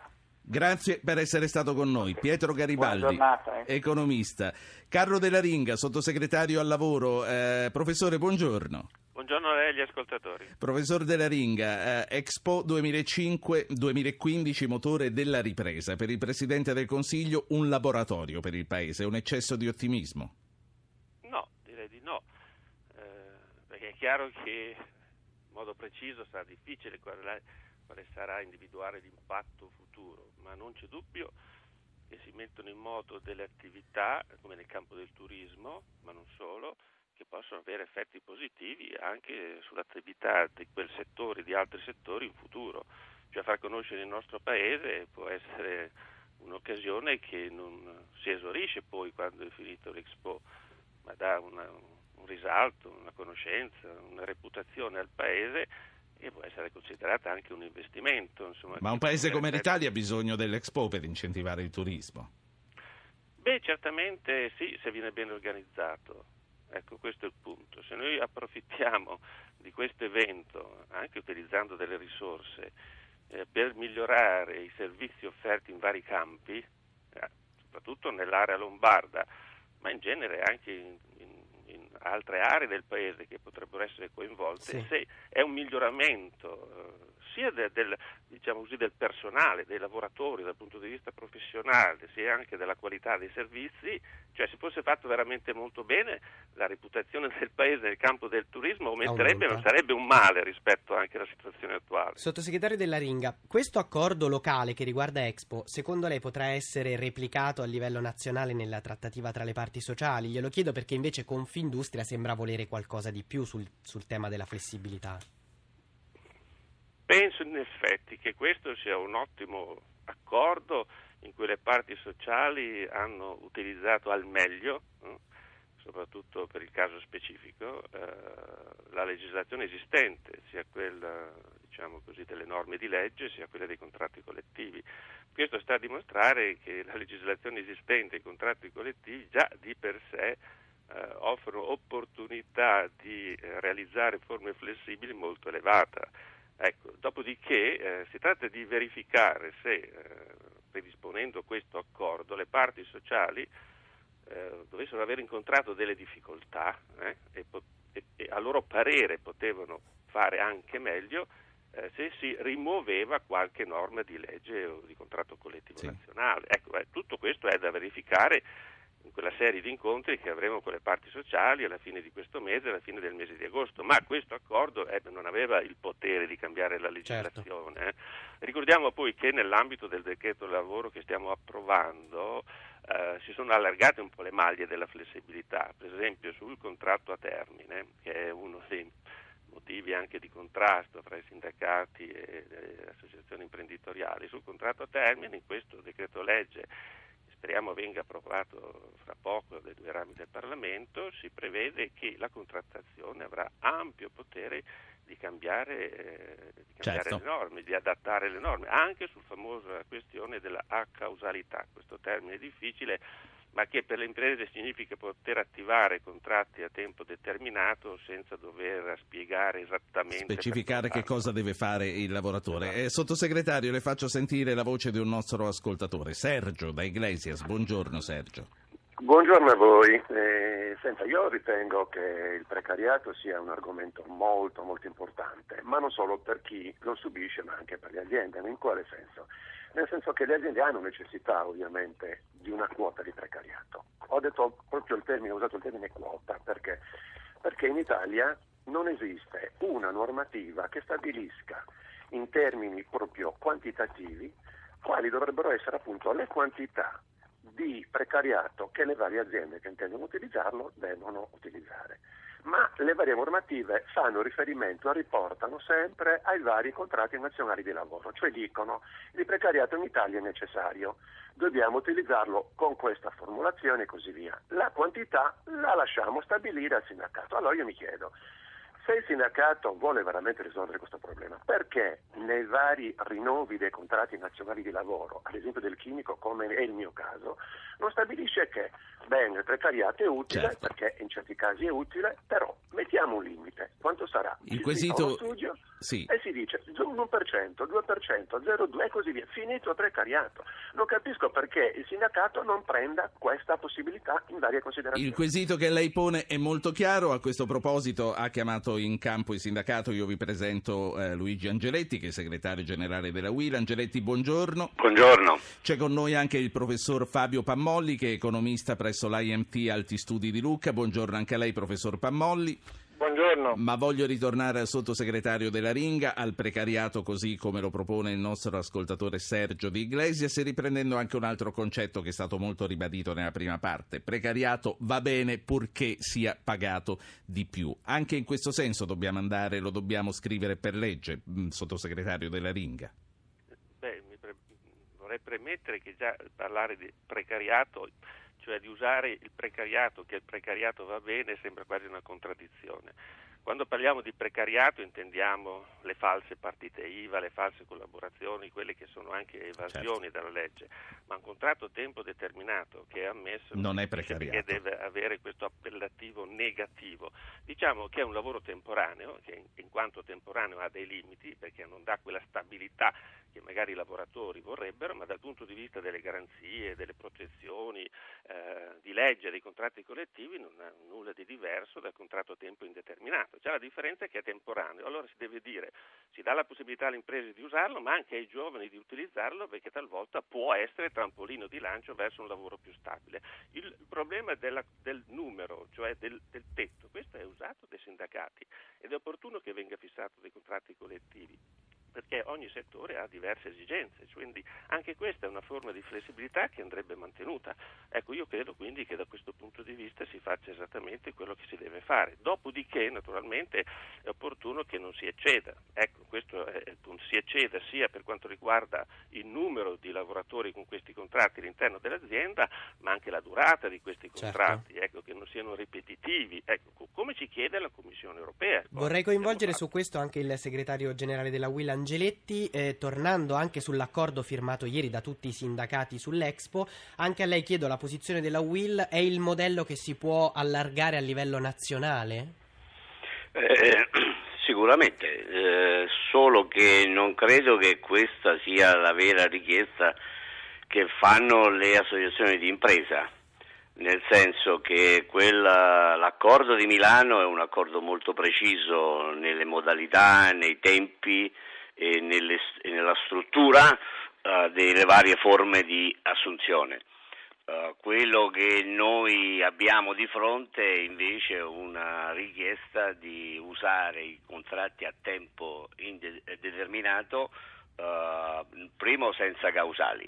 Grazie per essere stato con noi. Pietro Garibaldi, giornata, eh. economista. Carlo Della Ringa, sottosegretario al lavoro. Eh, professore, buongiorno. Buongiorno a lei e agli ascoltatori. Professor Della Ringa, eh, Expo duemilacinque duemilaquindici, motore della ripresa. Per il Presidente del Consiglio un laboratorio per il Paese, un eccesso di ottimismo? No, direi di no, eh, perché è chiaro che in modo preciso sarà difficile quale, quale sarà individuare l'impatto futuro, ma non c'è dubbio che si mettono in moto delle attività, come nel campo del turismo, ma non solo, che possono avere effetti positivi anche sull'attività di quel settore e di altri settori in futuro. Cioè far conoscere il nostro paese può essere un'occasione che non si esaurisce poi quando è finito l'Expo, ma dà una, un risalto, una conoscenza, una reputazione al paese e può essere considerata anche un investimento. Insomma, ma un paese come l'Italia ha bisogno dell'Expo per incentivare il turismo? Beh, certamente sì, se viene ben organizzato. Ecco, questo è il punto. Se noi approfittiamo di questo evento, anche utilizzando delle risorse, eh, per migliorare i servizi offerti in vari campi, eh, soprattutto nell'area lombarda, ma in genere anche in, in, in altre aree del paese che potrebbero essere coinvolte, sì. Se è un miglioramento eh, sia del, del, diciamo così, del personale, dei lavoratori dal punto di vista professionale, sia anche della qualità dei servizi, cioè se fosse fatto veramente molto bene, la reputazione del paese nel campo del turismo aumenterebbe, non sarebbe un male rispetto anche alla situazione attuale. Sottosegretario Della Ringa, questo accordo locale che riguarda Expo, secondo lei potrà essere replicato a livello nazionale nella trattativa tra le parti sociali? Glielo chiedo perché invece Confindustria sembra volere qualcosa di più sul, sul tema della flessibilità. Penso in effetti che questo sia un ottimo accordo in cui le parti sociali hanno utilizzato al meglio, eh, soprattutto per il caso specifico, eh, la legislazione esistente, sia quella diciamo così, delle norme di legge, sia quella dei contratti collettivi. Questo sta a dimostrare che la legislazione esistente e i contratti collettivi già di per sé eh, offrono opportunità di eh, realizzare forme flessibili molto elevata. Ecco, dopodiché eh, si tratta di verificare se, eh, predisponendo questo accordo, le parti sociali eh, dovessero aver incontrato delle difficoltà eh, e, po- e, e a loro parere potevano fare anche meglio eh, se si rimuoveva qualche norma di legge o di contratto collettivo sì. nazionale. Ecco, eh, tutto questo è da verificare in quella serie di incontri che avremo con le parti sociali alla fine di questo mese, alla fine del mese di agosto, ma questo accordo eh, non aveva il potere di cambiare la legislazione. Certo. Eh. Ricordiamo poi che nell'ambito del decreto lavoro che stiamo approvando eh, si sono allargate un po' le maglie della flessibilità, per esempio sul contratto a termine, che è uno dei motivi anche di contrasto tra i sindacati e le associazioni imprenditoriali. Sul contratto a termine, in questo decreto legge, speriamo venga approvato fra poco dai due rami del Parlamento, si prevede che la contrattazione avrà ampio potere di cambiare, eh, di cambiare certo. le norme, di adattare le norme, anche sul famosa questione della accausalità, questo termine difficile, ma che per le imprese significa poter attivare contratti a tempo determinato senza dover spiegare esattamente, specificare che cosa deve fare il lavoratore. Eh, sottosegretario, le faccio sentire la voce di un nostro ascoltatore, Sergio da Iglesias. Buongiorno Sergio. Buongiorno a voi. Eh, senta, io ritengo che il precariato sia un argomento molto molto importante, ma non solo per chi lo subisce, ma anche per le aziende. In quale senso? Nel senso che le aziende hanno necessità ovviamente di una quota di precariato. Ho detto proprio il termine, ho usato il termine quota, perché? Perché in Italia non esiste una normativa che stabilisca in termini proprio quantitativi quali dovrebbero essere appunto le quantità di precariato che le varie aziende che intendono utilizzarlo devono utilizzare. Ma le varie normative fanno riferimento, riportano sempre ai vari contratti nazionali di lavoro, cioè dicono il precariato in Italia è necessario, dobbiamo utilizzarlo con questa formulazione e così via. La quantità la lasciamo stabilire al sindacato. Allora io mi chiedo, se il sindacato vuole veramente risolvere questo problema, perché nei vari rinnovi dei contratti nazionali di lavoro, ad esempio del chimico come è il mio caso, non stabilisce che bene, il precariato è utile, certo. perché in certi casi è utile, però mettiamo un limite. Quanto sarà? Il quesito, Sì. E si dice uno per cento, due per cento, zero virgola due e così via, finito il precariato. Non capisco perché il sindacato non prenda questa possibilità in varie considerazioni. Il quesito che lei pone è molto chiaro. A questo proposito ha chiamato in campo il sindacato. Io vi presento eh, Luigi Angeletti, che è segretario generale della U I L. Angeletti, buongiorno. Buongiorno. C'è con noi anche il professor Fabio Pammolli, che è economista presso l'I M T Alti Studi di Lucca. Buongiorno anche a lei, professor Pammolli. Buongiorno. Ma voglio ritornare al sottosegretario della Ringa, al precariato così come lo propone il nostro ascoltatore Sergio Di Iglesias, e riprendendo anche un altro concetto che è stato molto ribadito nella prima parte. Precariato va bene purché sia pagato di più. Anche in questo senso dobbiamo andare, lo dobbiamo scrivere per legge, sottosegretario della Ringa. Beh, mi pre- vorrei premettere che già parlare di precariato, cioè di usare il precariato, che il precariato va bene, sembra quasi una contraddizione. Quando parliamo di precariato intendiamo le false partite I V A, le false collaborazioni, quelle che sono anche evasioni certo. dalla legge, ma un contratto a tempo determinato che è ammesso non è precariato, che deve avere questo appellativo negativo. Diciamo che è un lavoro temporaneo, che in, in quanto temporaneo ha dei limiti, perché non dà quella stabilità che magari i lavoratori vorrebbero, ma dal punto di vista delle garanzie, delle protezioni eh, di legge, dei contratti collettivi non ha nulla di diverso dal contratto a tempo indeterminato. Già la differenza è che è temporaneo, allora si deve dire, si dà la possibilità alle imprese di usarlo, ma anche ai giovani di utilizzarlo, perché talvolta può essere trampolino di lancio verso un lavoro più stabile. Il problema della, del numero, cioè del, del tetto, questo è usato dai sindacati ed è opportuno che venga fissato dai contratti collettivi, perché ogni settore ha diverse esigenze, quindi anche questa è una forma di flessibilità che andrebbe mantenuta. Ecco, io credo quindi che da questo punto di vista si faccia esattamente quello che si deve fare. Dopodiché, naturalmente, è opportuno che non si ecceda. Ecco, questo è il punto, si ecceda sia per quanto riguarda il numero di lavoratori con questi contratti all'interno dell'azienda, ma anche la durata di questi contratti, certo. Ecco, che non siano ripetitivi, ecco, come ci chiede la Commissione europea. Vorrei coinvolgere su questo anche il segretario generale della U I L Angeletti, eh, tornando anche sull'accordo firmato ieri da tutti i sindacati sull'Expo. Anche a lei chiedo la posizione della U I L: è il modello che si può allargare a livello nazionale? Eh, sicuramente, eh, solo che non credo che questa sia la vera richiesta che fanno le associazioni di impresa, nel senso che quella, l'accordo di Milano è un accordo molto preciso nelle modalità, nei tempi e, nelle, e nella struttura uh, delle varie forme di assunzione. Uh, quello che noi abbiamo di fronte è invece una richiesta di usare i contratti a tempo indeterminato, uh, primo senza causali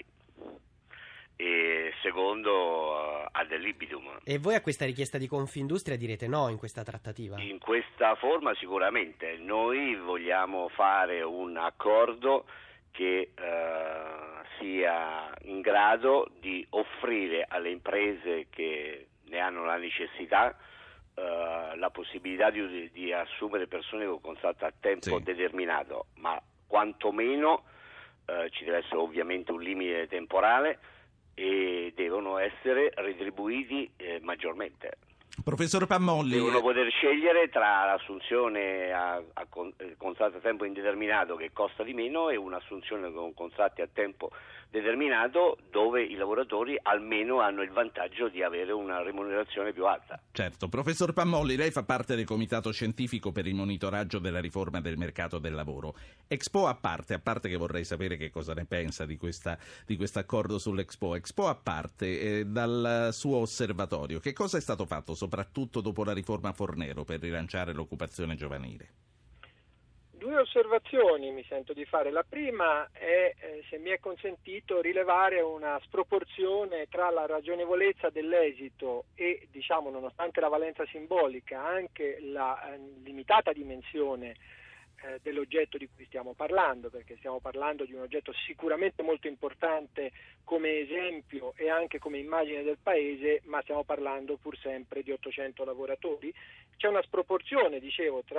e secondo uh, ad libitum. E voi a questa richiesta di Confindustria direte no in questa trattativa? In questa forma sicuramente. Noi vogliamo fare un accordo che uh, sia in grado di offrire alle imprese che ne hanno la necessità uh, la possibilità di, di assumere persone con contratto a tempo sì. determinato, ma quantomeno uh, ci deve essere ovviamente un limite temporale e devono essere retribuiti eh, maggiormente. Professor Pammolli, devono poter scegliere tra l'assunzione a, a con, eh, contratto a tempo indeterminato che costa di meno e un'assunzione con contratti a tempo determinato dove i lavoratori almeno hanno il vantaggio di avere una remunerazione più alta. Certo. Professor Pammolli, lei fa parte del Comitato Scientifico per il monitoraggio della riforma del mercato del lavoro. Expo a parte, a parte che vorrei sapere che cosa ne pensa di questa di questo accordo sull'Expo. Expo a parte, eh, dal suo osservatorio, che cosa è stato fatto soprattutto dopo la riforma Fornero per rilanciare l'occupazione giovanile? Due osservazioni mi sento di fare. La prima è, eh, se mi è consentito, rilevare una sproporzione tra la ragionevolezza dell'esito e, diciamo, nonostante la valenza simbolica, anche la eh, limitata dimensione eh, dell'oggetto di cui stiamo parlando, perché stiamo parlando di un oggetto sicuramente molto importante come esempio e anche come immagine del Paese, ma stiamo parlando pur sempre di ottocento lavoratori. C'è una sproporzione, dicevo, tra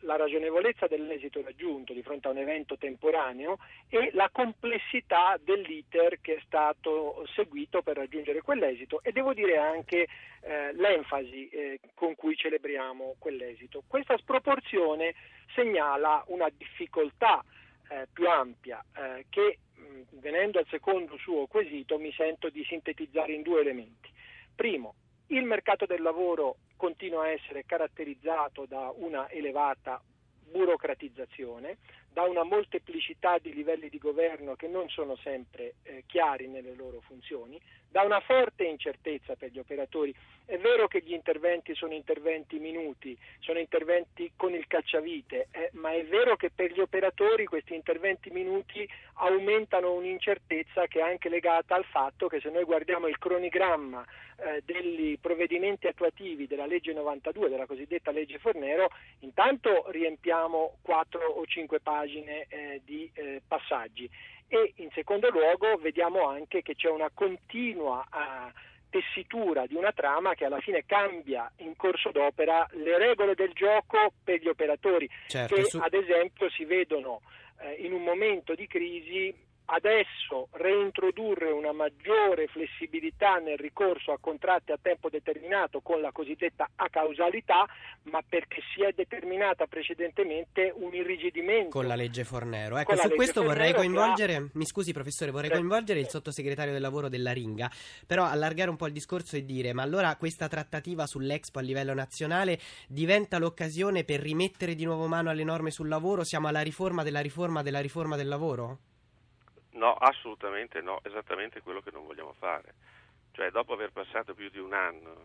la ragionevolezza dell'esito raggiunto di fronte a un evento temporaneo e la complessità dell'iter che è stato seguito per raggiungere quell'esito, e devo dire anche eh, l'enfasi eh, con cui celebriamo quell'esito. Questa sproporzione segnala una difficoltà eh, più ampia eh, che, mh, venendo al secondo suo quesito, mi sento di sintetizzare in due elementi. Primo, il mercato del lavoro continua a essere caratterizzato da una elevata burocratizzazione, da una molteplicità di livelli di governo che non sono sempre eh, chiari nelle loro funzioni, da una forte incertezza per gli operatori. È vero che gli interventi sono interventi minuti, sono interventi con il cacciavite, eh, ma è vero che per gli operatori questi interventi minuti aumentano un'incertezza che è anche legata al fatto che, se noi guardiamo il cronigramma eh, dei provvedimenti attuativi della legge novantadue, della cosiddetta legge Fornero, intanto riempiamo quattro o cinque pagine eh, di eh, passaggi, e in secondo luogo vediamo anche che c'è una continua uh, tessitura di una trama che alla fine cambia in corso d'opera le regole del gioco per gli operatori, certo, che su... ad esempio si vedono eh, in un momento di crisi adesso reintrodurre una maggiore flessibilità nel ricorso a contratti a tempo determinato con la cosiddetta acausalità, ma perché si è determinata precedentemente un irrigidimento con la legge Fornero. Ecco, su questo vorrei coinvolgere, ha... mi scusi professore, vorrei sì. coinvolgere il sottosegretario del lavoro della Ringa, però allargare un po' il discorso e dire: ma allora questa trattativa sull'Expo a livello nazionale diventa l'occasione per rimettere di nuovo mano alle norme sul lavoro? Siamo alla riforma della riforma della riforma del lavoro? No, assolutamente no, esattamente quello che non vogliamo fare. Cioè, dopo aver passato più di un anno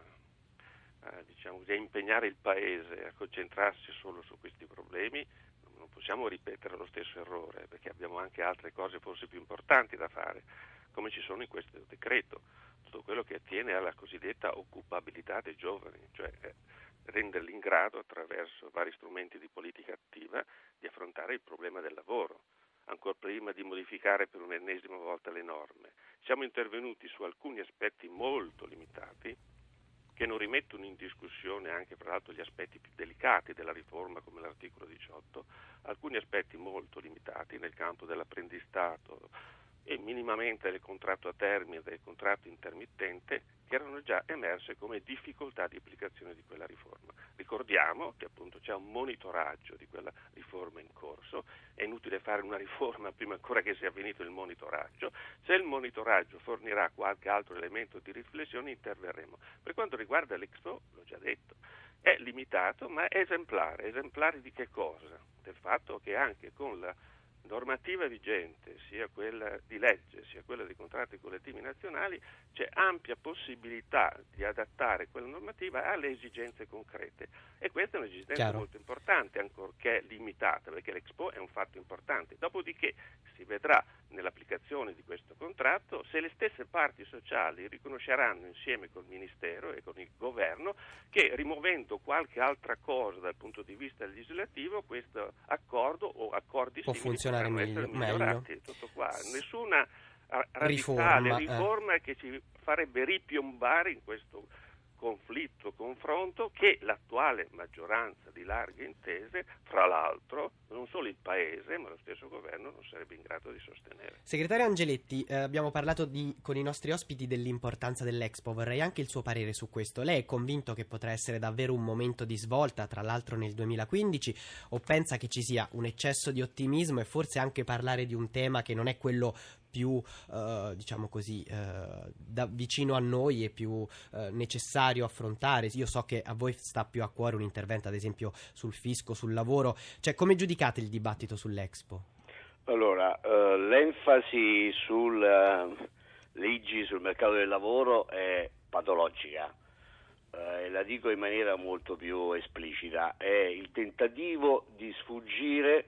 eh, eh, diciamo così, a impegnare il Paese a concentrarsi solo su questi problemi, non possiamo ripetere lo stesso errore, perché abbiamo anche altre cose forse più importanti da fare, come ci sono in questo decreto, tutto quello che attiene alla cosiddetta occupabilità dei giovani, cioè eh, renderli in grado, attraverso vari strumenti di politica attiva, di affrontare il problema del lavoro, ancora prima di modificare per un'ennesima volta le norme. Siamo intervenuti su alcuni aspetti molto limitati, che non rimettono in discussione anche fra l'altro gli aspetti più delicati della riforma, come l'articolo diciotto, alcuni aspetti molto limitati nel campo dell'apprendistato e minimamente del contratto a termine e del contratto intermittente, che erano già emerse come difficoltà di applicazione di quella riforma. Ricordiamo che appunto c'è un monitoraggio di quella riforma in corso, è inutile fare una riforma prima ancora che sia finito il monitoraggio. Se il monitoraggio fornirà qualche altro elemento di riflessione, interverremo. Per quanto riguarda l'Expo, l'ho già detto, è limitato ma è esemplare. Esemplare di che cosa? Del fatto che anche con la normativa vigente, sia quella di legge sia quella dei contratti collettivi nazionali, c'è ampia possibilità di adattare quella normativa alle esigenze concrete, e questa è un'esigenza Chiaro. molto importante, ancorché limitata, perché l'Expo è un fatto importante. Dopodiché si vedrà nell'applicazione di questo contratto se le stesse parti sociali riconosceranno insieme col Ministero e con il Governo che, rimuovendo qualche altra cosa dal punto di vista legislativo, questo accordo o accordi può simili funzionare meglio, meglio. Tutto qua. Nessuna radicale riforma, riforma eh. che ci farebbe ripiombare in questo conflitto, confronto che l'attuale maggioranza di larghe intese, fra l'altro, non solo il Paese ma lo stesso governo non sarebbe in grado di sostenere. Segretario Angeletti, eh, abbiamo parlato di, con i nostri ospiti dell'importanza dell'Expo, vorrei anche il suo parere su questo. Lei è convinto che potrà essere davvero un momento di svolta, tra l'altro nel duemilaquindici, o pensa che ci sia un eccesso di ottimismo e forse anche parlare di un tema che non è quello più eh, diciamo così eh, da vicino a noi e più eh, necessario affrontare? Io so che a voi sta più a cuore un intervento ad esempio sul fisco, sul lavoro, cioè come giudicate il dibattito sull'Expo? Allora, eh, l'enfasi sul uh, l'I G I, sul mercato del lavoro è patologica, e eh, la dico in maniera molto più esplicita, è il tentativo di sfuggire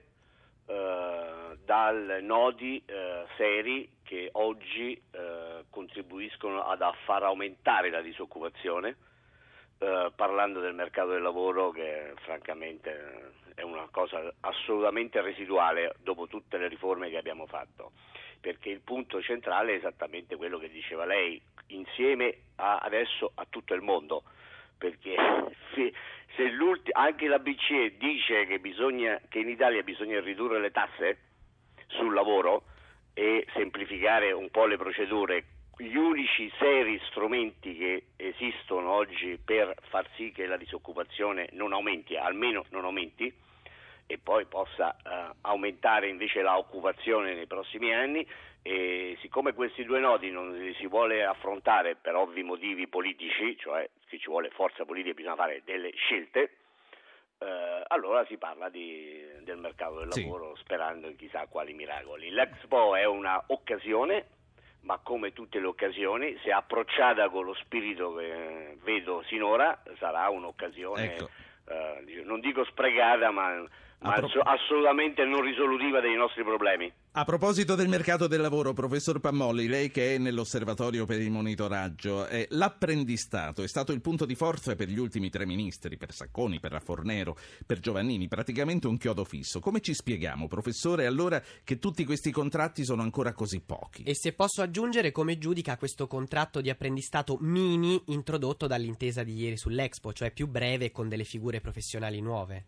Uh, dal nodi uh, seri che oggi uh, contribuiscono ad a far aumentare la disoccupazione, uh, parlando del mercato del lavoro che francamente è una cosa assolutamente residuale dopo tutte le riforme che abbiamo fatto, perché il punto centrale è esattamente quello che diceva lei, insieme a, adesso a tutto il mondo, perché se, se anche la B C E dice che, bisogna, che in Italia bisogna ridurre le tasse sul lavoro e semplificare un po' le procedure, gli unici seri strumenti che esistono oggi per far sì che la disoccupazione non aumenti, almeno non aumenti, e poi possa uh, aumentare invece l'occupazione nei prossimi anni, e siccome questi due nodi non li si vuole affrontare per ovvi motivi politici, cioè che ci vuole forza politica, bisogna fare delle scelte, uh, allora si parla di, del mercato del lavoro, sì, sperando in chissà quali miracoli. L'Expo è una occasione, ma come tutte le occasioni, se approcciata con lo spirito che vedo sinora, sarà un'occasione, ecco. uh, non dico sprecata, ma ma pro... assolutamente non risolutiva dei nostri problemi. A proposito del mercato del lavoro, professor Pammolli, lei che è nell'osservatorio per il monitoraggio, eh, l'apprendistato è stato il punto di forza per gli ultimi tre ministri, per Sacconi, per Fornero, per Giovannini, praticamente un chiodo fisso. Come ci spieghiamo, professore, allora che tutti questi contratti sono ancora così pochi? E se posso aggiungere, come giudica questo contratto di apprendistato mini introdotto dall'intesa di ieri sull'Expo, cioè più breve e con delle figure professionali nuove?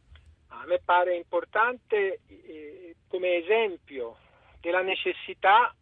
A me pare importante eh, come esempio della necessità,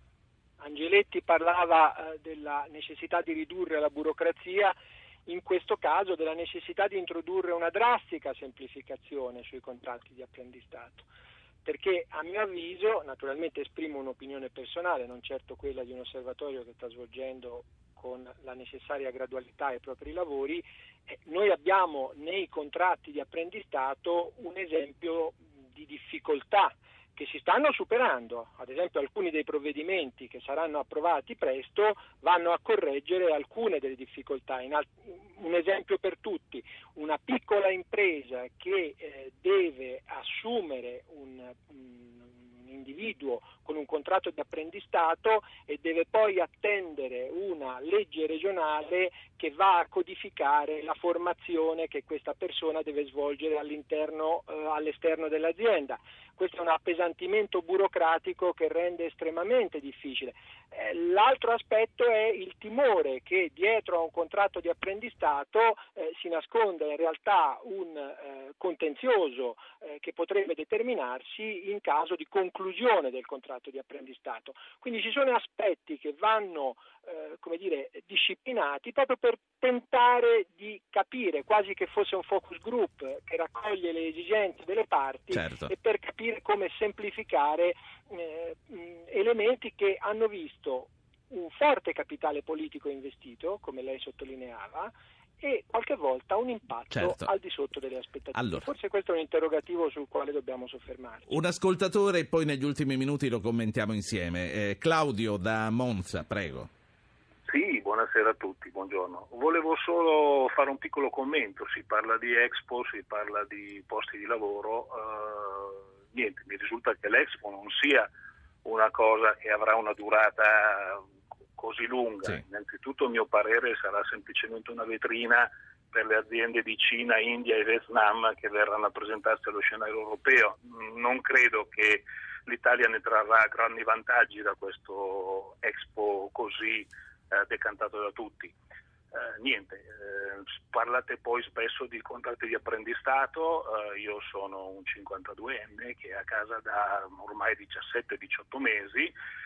Angeletti parlava eh, della necessità di ridurre la burocrazia, in questo caso della necessità di introdurre una drastica semplificazione sui contratti di apprendistato, perché a mio avviso, naturalmente esprimo un'opinione personale, non certo quella di un osservatorio che sta svolgendo con la necessaria gradualità i propri lavori, eh, noi abbiamo nei contratti di apprendistato un esempio di difficoltà che si stanno superando. Ad esempio alcuni dei provvedimenti che saranno approvati presto vanno a correggere alcune delle difficoltà. In alt- un esempio per tutti, una piccola impresa che eh, deve assumere un, un individuo con un contratto di apprendistato e deve poi attendere una legge regionale che va a codificare la formazione che questa persona deve svolgere all'interno, eh, all'esterno dell'azienda. Questo è un appesantimento burocratico che rende estremamente difficile. Eh, l'altro aspetto è il timore che dietro a un contratto di apprendistato eh, si nasconda in realtà un eh, contenzioso eh, che potrebbe determinarsi in caso di conclusione del contratto di apprendistato. Quindi ci sono aspetti che vanno eh, come dire, disciplinati proprio per tentare di capire, quasi che fosse un focus group che raccoglie le esigenze delle parti, certo, e per capire come semplificare eh, elementi che hanno visto un forte capitale politico investito, come lei sottolineava, e qualche volta un impatto, certo, al di sotto delle aspettative. Allora, forse questo è un interrogativo sul quale dobbiamo soffermarci. Un ascoltatore e poi negli ultimi minuti lo commentiamo insieme. Eh, Claudio da Monza, prego. Sì, buonasera a tutti, buongiorno. Volevo solo fare un piccolo commento, si parla di Expo, si parla di posti di lavoro, uh, niente, mi risulta che l'Expo non sia una cosa che avrà una durata così lunga. Sì. Innanzitutto, a mio parere, sarà semplicemente una vetrina per le aziende di Cina, India e Vietnam che verranno a presentarsi allo scenario europeo. Non credo che l'Italia ne trarrà grandi vantaggi da questo Expo così eh, decantato da tutti. Eh, niente, eh, parlate poi spesso di contratti di apprendistato, eh, io sono un cinquantaduenne che è a casa da ormai diciassette diciotto mesi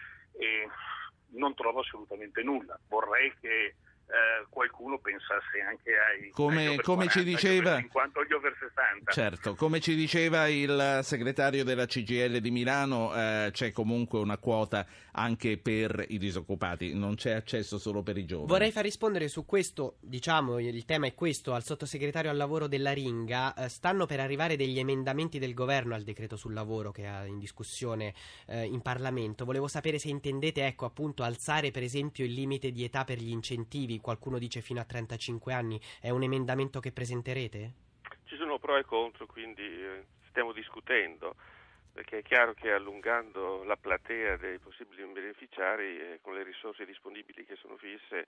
e non trovo assolutamente nulla. Vorrei che eh, qualcuno pensasse anche ai come, ai come quaranta, ci diceva cinquanta o gli over sessanta. Certo, come ci diceva il segretario della C G I L di Milano, eh, c'è comunque una quota anche per i disoccupati, non c'è accesso solo per i giovani. Vorrei far rispondere su questo, diciamo il tema è questo, al sottosegretario al lavoro della Ringa. Eh, stanno per arrivare degli emendamenti del governo al decreto sul lavoro che è in discussione eh, in Parlamento. Volevo sapere se intendete, ecco, appunto alzare per esempio il limite di età per gli incentivi, qualcuno dice fino a trentacinque anni, è un emendamento che presenterete? Ci sono pro e contro, quindi eh, stiamo discutendo, perché è chiaro che allungando la platea dei possibili beneficiari eh, con le risorse disponibili che sono fisse,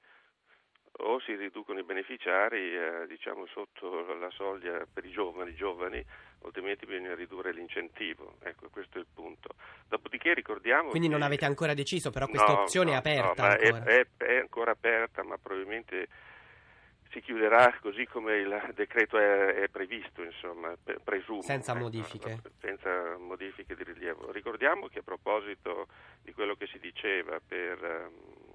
o si riducono i beneficiari eh, diciamo sotto la soglia per i giovani, giovani, altrimenti bisogna ridurre l'incentivo. Ecco, questo è il punto. Dopodiché ricordiamo Quindi che... non avete ancora deciso, però questa no, opzione no, è aperta no, ma ancora. È, è, è ancora aperta, ma probabilmente si chiuderà così come il decreto è, è previsto, insomma, presumo. Senza ecco, modifiche. Senza modifiche di rilievo. Ricordiamo che a proposito di quello che si diceva per,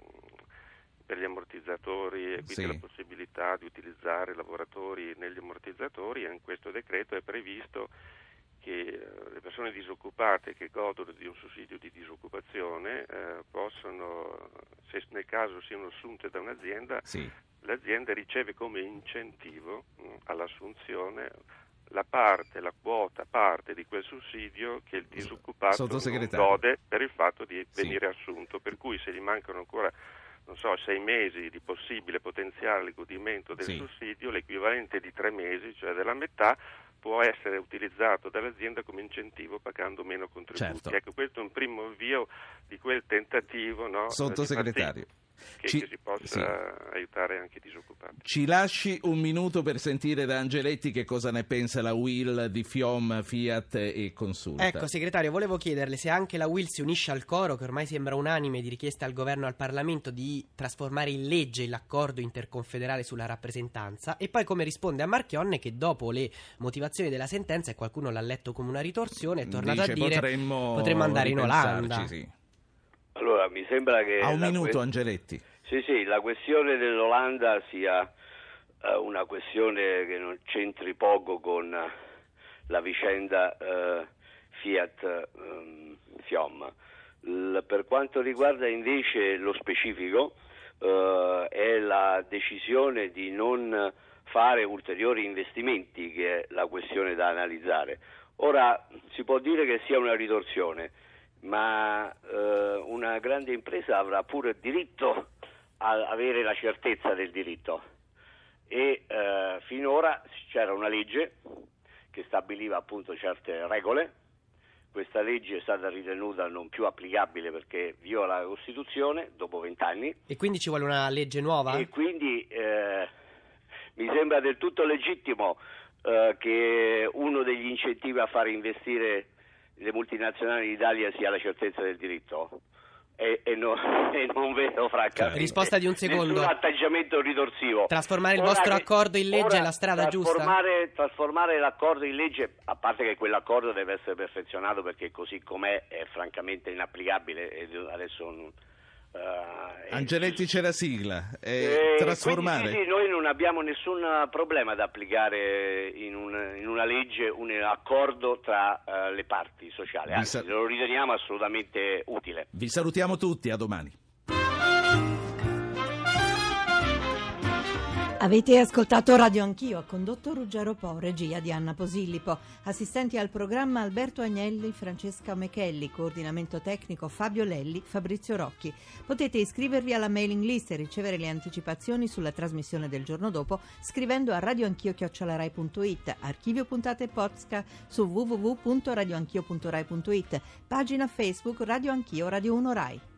per gli ammortizzatori e quindi sì. la possibilità di utilizzare lavoratori negli ammortizzatori, in questo decreto è previsto che le persone disoccupate che godono di un sussidio di disoccupazione eh, possono, se nel caso siano assunte da un'azienda, sì. l'azienda riceve come incentivo mh, all'assunzione la parte, la quota parte di quel sussidio che il disoccupato non gode per il fatto di venire sì. assunto, per cui se gli mancano ancora non so, sei mesi di possibile potenziale godimento del sì. sussidio, l'equivalente di tre mesi, cioè della metà, può essere utilizzato dall'azienda come incentivo pagando meno contributi. Certo. Ecco, questo è un primo avvio di quel tentativo, no, Sottosegretario. Che, Ci, che si possa sì. aiutare anche i disoccupati. Ci lasci un minuto per sentire da Angeletti che cosa ne pensa la U I L di FIOM, Fiat e Consulta. Ecco, segretario, volevo chiederle se anche la U I L si unisce al coro che ormai sembra unanime di richiesta al governo e al Parlamento di trasformare in legge l'accordo interconfederale sulla rappresentanza, e poi come risponde a Marchionne che dopo le motivazioni della sentenza, e qualcuno l'ha letto come una ritorsione, è tornato Dice, a dire potremmo, potremmo andare in Olanda. Sì. Allora, mi sembra che... A un minuto, que- Angeletti. Sì, sì, la questione dell'Olanda sia uh, una questione che non c'entri poco con uh, la vicenda uh, Fiat um, FIOM. L- per quanto riguarda invece lo specifico, uh, è la decisione di non fare ulteriori investimenti che è la questione da analizzare. Ora, si può dire che sia una ritorsione, ma eh, una grande impresa avrà pure diritto a avere la certezza del diritto e eh, finora c'era una legge che stabiliva appunto certe regole. Questa legge è stata ritenuta non più applicabile perché viola la Costituzione dopo vent'anni. E quindi ci vuole una legge nuova? E quindi eh, mi sembra del tutto legittimo eh, che uno degli incentivi a fare investire le multinazionali in Italia sia la certezza del diritto e, e, no, e non vedo francamente risposta di un secondo nessun atteggiamento ritorsivo. Trasformare il ora vostro che, accordo in legge è la strada trasformare, giusta? Trasformare l'accordo in legge, a parte che quell'accordo deve essere perfezionato perché così com'è è francamente inapplicabile e adesso non, Uh, Angeletti, c'è la sigla, eh, trasformare. Quindi, sì, sì, noi non abbiamo nessun problema ad applicare in, un, in una legge un accordo tra uh, le parti sociali, anzi sa- lo riteniamo assolutamente utile. Vi salutiamo tutti, a domani. Avete ascoltato Radio Anch'io, ha condotto Ruggero Po, regia di Anna Posillipo, assistenti al programma Alberto Agnelli, Francesca Mechelli, coordinamento tecnico Fabio Lelli, Fabrizio Rocchi. Potete iscrivervi alla mailing list e ricevere le anticipazioni sulla trasmissione del giorno dopo scrivendo a radioanchio chiocciola rai punto it, archivio puntate podcast su w w w punto radioanchio punto rai punto it, pagina Facebook Radio Anch'io Radio uno Rai.